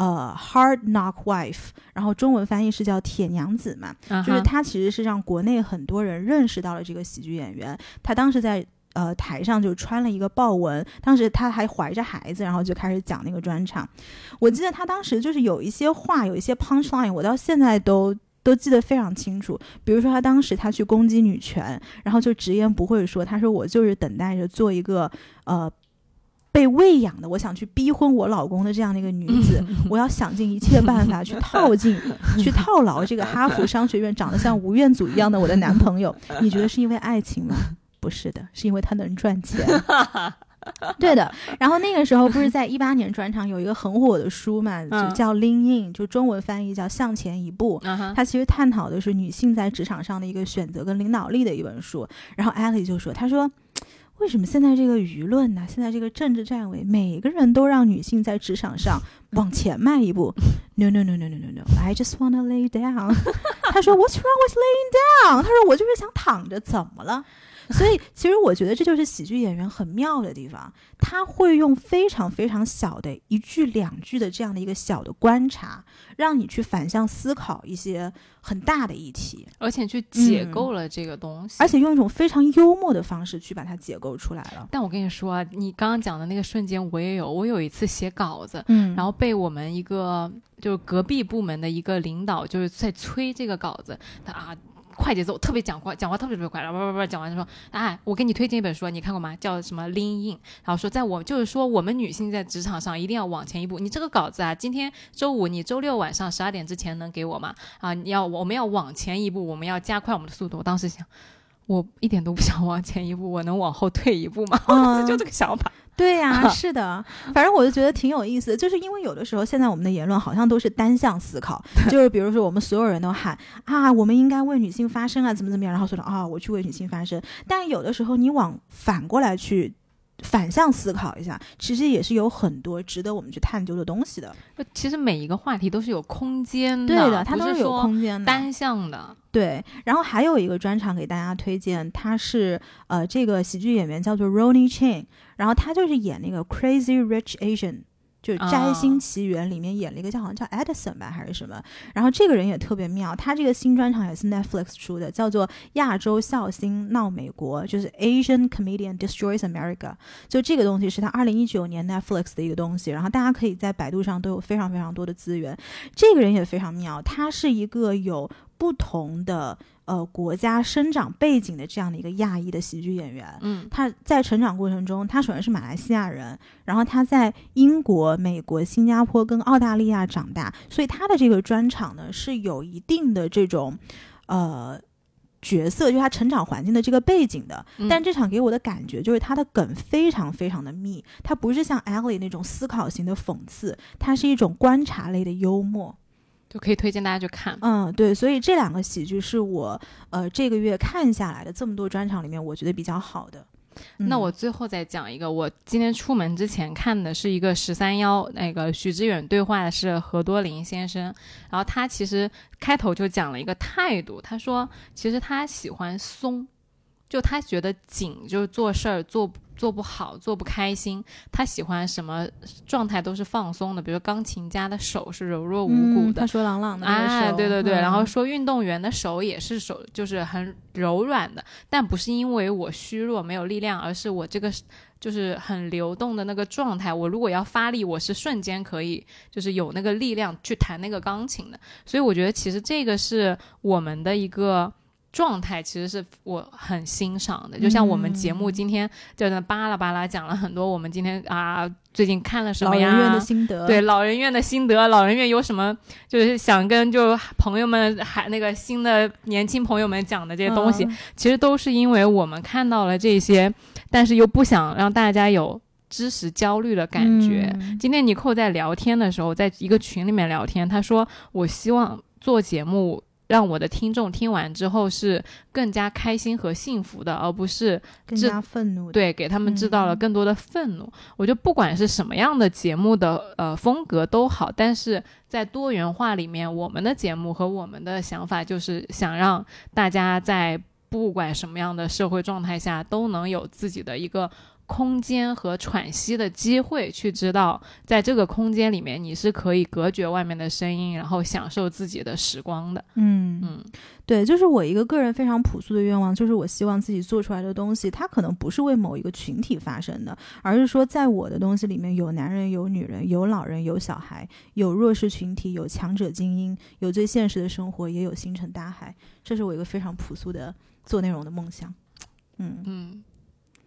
Speaker 2: Hard Knock Wife， 然后中文翻译是叫铁娘子嘛，就是他其实是让国内很多人认识到了这个喜剧演员。他当时在台上就穿了一个豹纹，当时他还怀着孩子，然后就开始讲那个专场。我记得他当时就是有一些话有一些 punchline 我到现在都记得非常清楚。比如说他当时他去攻击女权，然后就直言不讳说，他说我就是等待着做一个被喂养的，我想去逼婚我老公的这样的一个女子，我要想尽一切办法去套牢这个哈佛商学院长得像吴彦祖一样的我的男朋友。你觉得是因为爱情吗？不是的，是因为他能赚钱对的。然后那个时候不是在18年专场有一个很火的书嘛，就叫 Lean In， 就中文翻译叫向前一步。它其实探讨的是女性在职场上的一个选择跟领导力的一本书。然后 Ellie 就说，她说为什么现在这个舆论呢，现在这个政治站位，每个人都让女性在职场上往前迈一步？No no no no no no no I just wanna lay down 他说 What's wrong with laying down？ 他说我就是想躺着，怎么了？所以其实我觉得这就是喜剧演员很妙的地方，他会用非常非常小的一句两句的这样的一个小的观察，让你去反向思考一些很大的议题，
Speaker 1: 而且去解构了这个东西，
Speaker 2: 而且用一种非常幽默的方式去把它解构出来了。
Speaker 1: 但我跟你说啊，你刚刚讲的那个瞬间我也有，我有一次写稿子，然后被我们一个就是隔壁部门的一个领导就是在催这个稿子，他快节奏，特别讲话特别快，然后讲完就说，我给你推荐一本书，你看过吗？叫什么 Lean In， 然后说就是说我们女性在职场上一定要往前一步。你这个稿子啊，今天周五，你周六晚上12点之前能给我吗？我们要往前一步，我们要加快我们的速度。我当时想，我一点都不想往前一步，我能往后退一步吗？就这个想法。
Speaker 2: 对呀，是的，反正我就觉得挺有意思的，就是因为有的时候现在我们的言论好像都是单向思考，就是比如说我们所有人都喊我们应该为女性发声啊，怎么样，然后说我去为女性发声，但有的时候你反过来去反向思考一下，其实也是有很多值得我们去探究的东西的。
Speaker 1: 其实每一个话题都是有空间的，
Speaker 2: 对的，它都是有空间的，
Speaker 1: 单向的。
Speaker 2: 对，然后还有一个专场给大家推荐，他是这个喜剧演员叫做 Ronny Chang， 然后他就是演那个 Crazy Rich Asian， 就是《摘星奇缘》里面演了一个好像叫 Edison 吧还是什么，然后这个人也特别妙，他这个新专场也是 Netflix 出的，叫做亚洲笑星闹美国，就是 Asian Comedian Destroys America， 就这个东西是他2019年 Netflix 的一个东西，然后大家可以在百度上都有非常非常多的资源。这个人也非常妙，他是一个有不同的国家生长背景的这样的一个亚裔的喜剧演员。他在成长过程中，他首先是马来西亚人，然后他在英国、美国、新加坡跟澳大利亚长大，所以他的这个专场呢是有一定的这种角色，就是他成长环境的这个背景的。但这场给我的感觉就是他的梗非常非常的密，他不是像 Ellie 那种思考型的讽刺，他是一种观察类的幽默，
Speaker 1: 就可以推荐大家去看。
Speaker 2: 对，所以这两个喜剧是我这个月看下来的这么多专场里面我觉得比较好的。
Speaker 1: 那我最后再讲一个，我今天出门之前看的是一个13-1，那个许知远对话的是何多林先生，然后他其实开头就讲了一个态度，他说其实他喜欢松，就他觉得紧，就是做事儿做不好，做不开心，他喜欢什么状态都是放松的，比如钢琴家的手是柔弱无骨的，
Speaker 2: 他说朗朗的那个手，
Speaker 1: 对对对，然后说运动员的手也是手就是很柔软的，但不是因为我虚弱没有力量，而是我这个就是很流动的那个状态，我如果要发力，我是瞬间可以就是有那个力量去弹那个钢琴的。所以我觉得其实这个是我们的一个状态，其实是我很欣赏的。就像我们节目今天就那巴拉巴拉讲了很多我们今天最近看了什么呀，
Speaker 2: 老人院的心得，
Speaker 1: 对，老人院的心得，老人院有什么就是想跟就朋友们那个新的年轻朋友们讲的这些东西，其实都是因为我们看到了这些，但是又不想让大家有知识焦虑的感觉。今天尼寇在聊天的时候，在一个群里面聊天，他说我希望做节目让我的听众听完之后是更加开心和幸福的，而不是
Speaker 2: 更加愤怒的。
Speaker 1: 对，给他们制造了更多的愤怒。我觉得不管是什么样的节目的风格都好，但是在多元化里面，我们的节目和我们的想法就是想让大家在不管什么样的社会状态下都能有自己的一个空间和喘息的机会，去知道在这个空间里面你是可以隔绝外面的声音，然后享受自己的时光的。
Speaker 2: 对，就是我一个个人非常朴素的愿望，就是我希望自己做出来的东西它可能不是为某一个群体发声的，而是说在我的东西里面有男人有女人有老人有小孩，有弱势群体有强者精英，有最现实的生活，也有星辰大海。这是我一个非常朴素的做内容的梦想。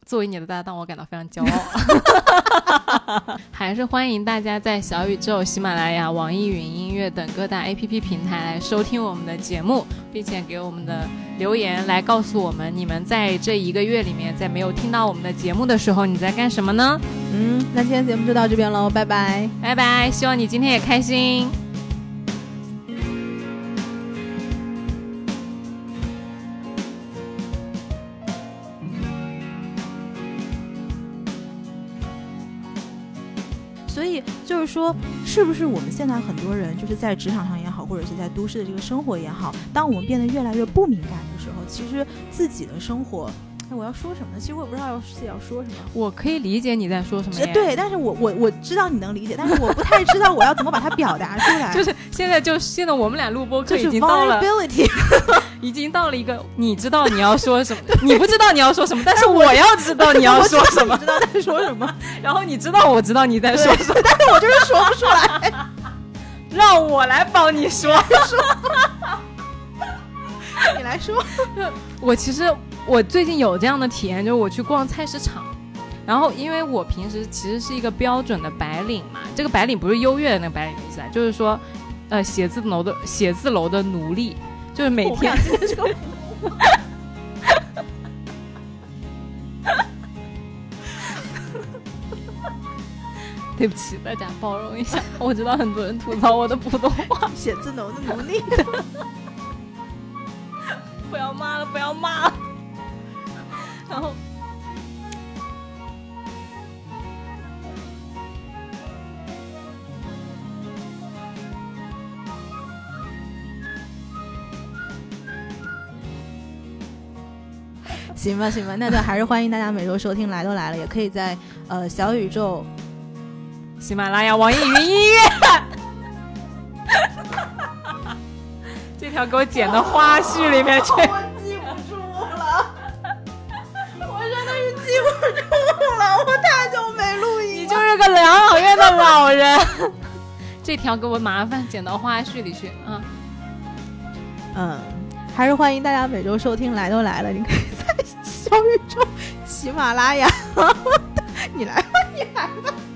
Speaker 1: 作为你的搭档我感到非常骄傲。还是欢迎大家在小宇宙、喜马拉雅、网易云音乐等各大 APP 平台来收听我们的节目，并且给我们的留言来告诉我们你们在这1个月里面在没有听到我们的节目的时候你在干什么呢？
Speaker 2: 那今天节目就到这边喽，拜拜
Speaker 1: 拜拜，希望你今天也开心。
Speaker 2: 所以就是说，是不是我们现在很多人就是在职场上也好，或者是在都市的这个生活也好，当我们变得越来越不敏感的时候，其实自己的生活，我要说什么呢？其实我也不知道要说什么。
Speaker 1: 我可以理解你在说什么呀。
Speaker 2: 对，但是我知道你能理解，但是我不太知道我要怎么把它表达出来。
Speaker 1: 就是现在我们俩录播课已经到了，已经到了一个你知道你要说什么，你不知道你要说什么，但是我要知道你要说什么，
Speaker 2: 你知道在说什么，
Speaker 1: 然后你知道我知道你在说什么，
Speaker 2: 但是我就是说不出来。
Speaker 1: 让我来帮你说。
Speaker 2: 你来说。
Speaker 1: 我最近有这样的体验，就是我去逛菜市场，然后因为我平时其实是一个标准的白领嘛，这个白领不是优越的那个白领意思啊，就是说写字楼的奴隶，就是每天对不起，大家包容一下，我知道很多人吐槽我的普通话。
Speaker 2: 写字楼的奴隶。
Speaker 1: 不要骂了，不要骂了。然后
Speaker 2: 行吧，那就还是欢迎大家每周收听来都来了，也可以在小宇宙、
Speaker 1: 喜马拉雅、网易云音乐这条给我剪到花絮里面去。
Speaker 2: 我记不住了，我真的是记不住了，我太久没录音了。
Speaker 1: 你就是个养老院的老人。这条给我麻烦剪到花絮里去啊。
Speaker 2: 还是欢迎大家每周收听来都来了，你可以在小宇宙、喜马拉雅你来吧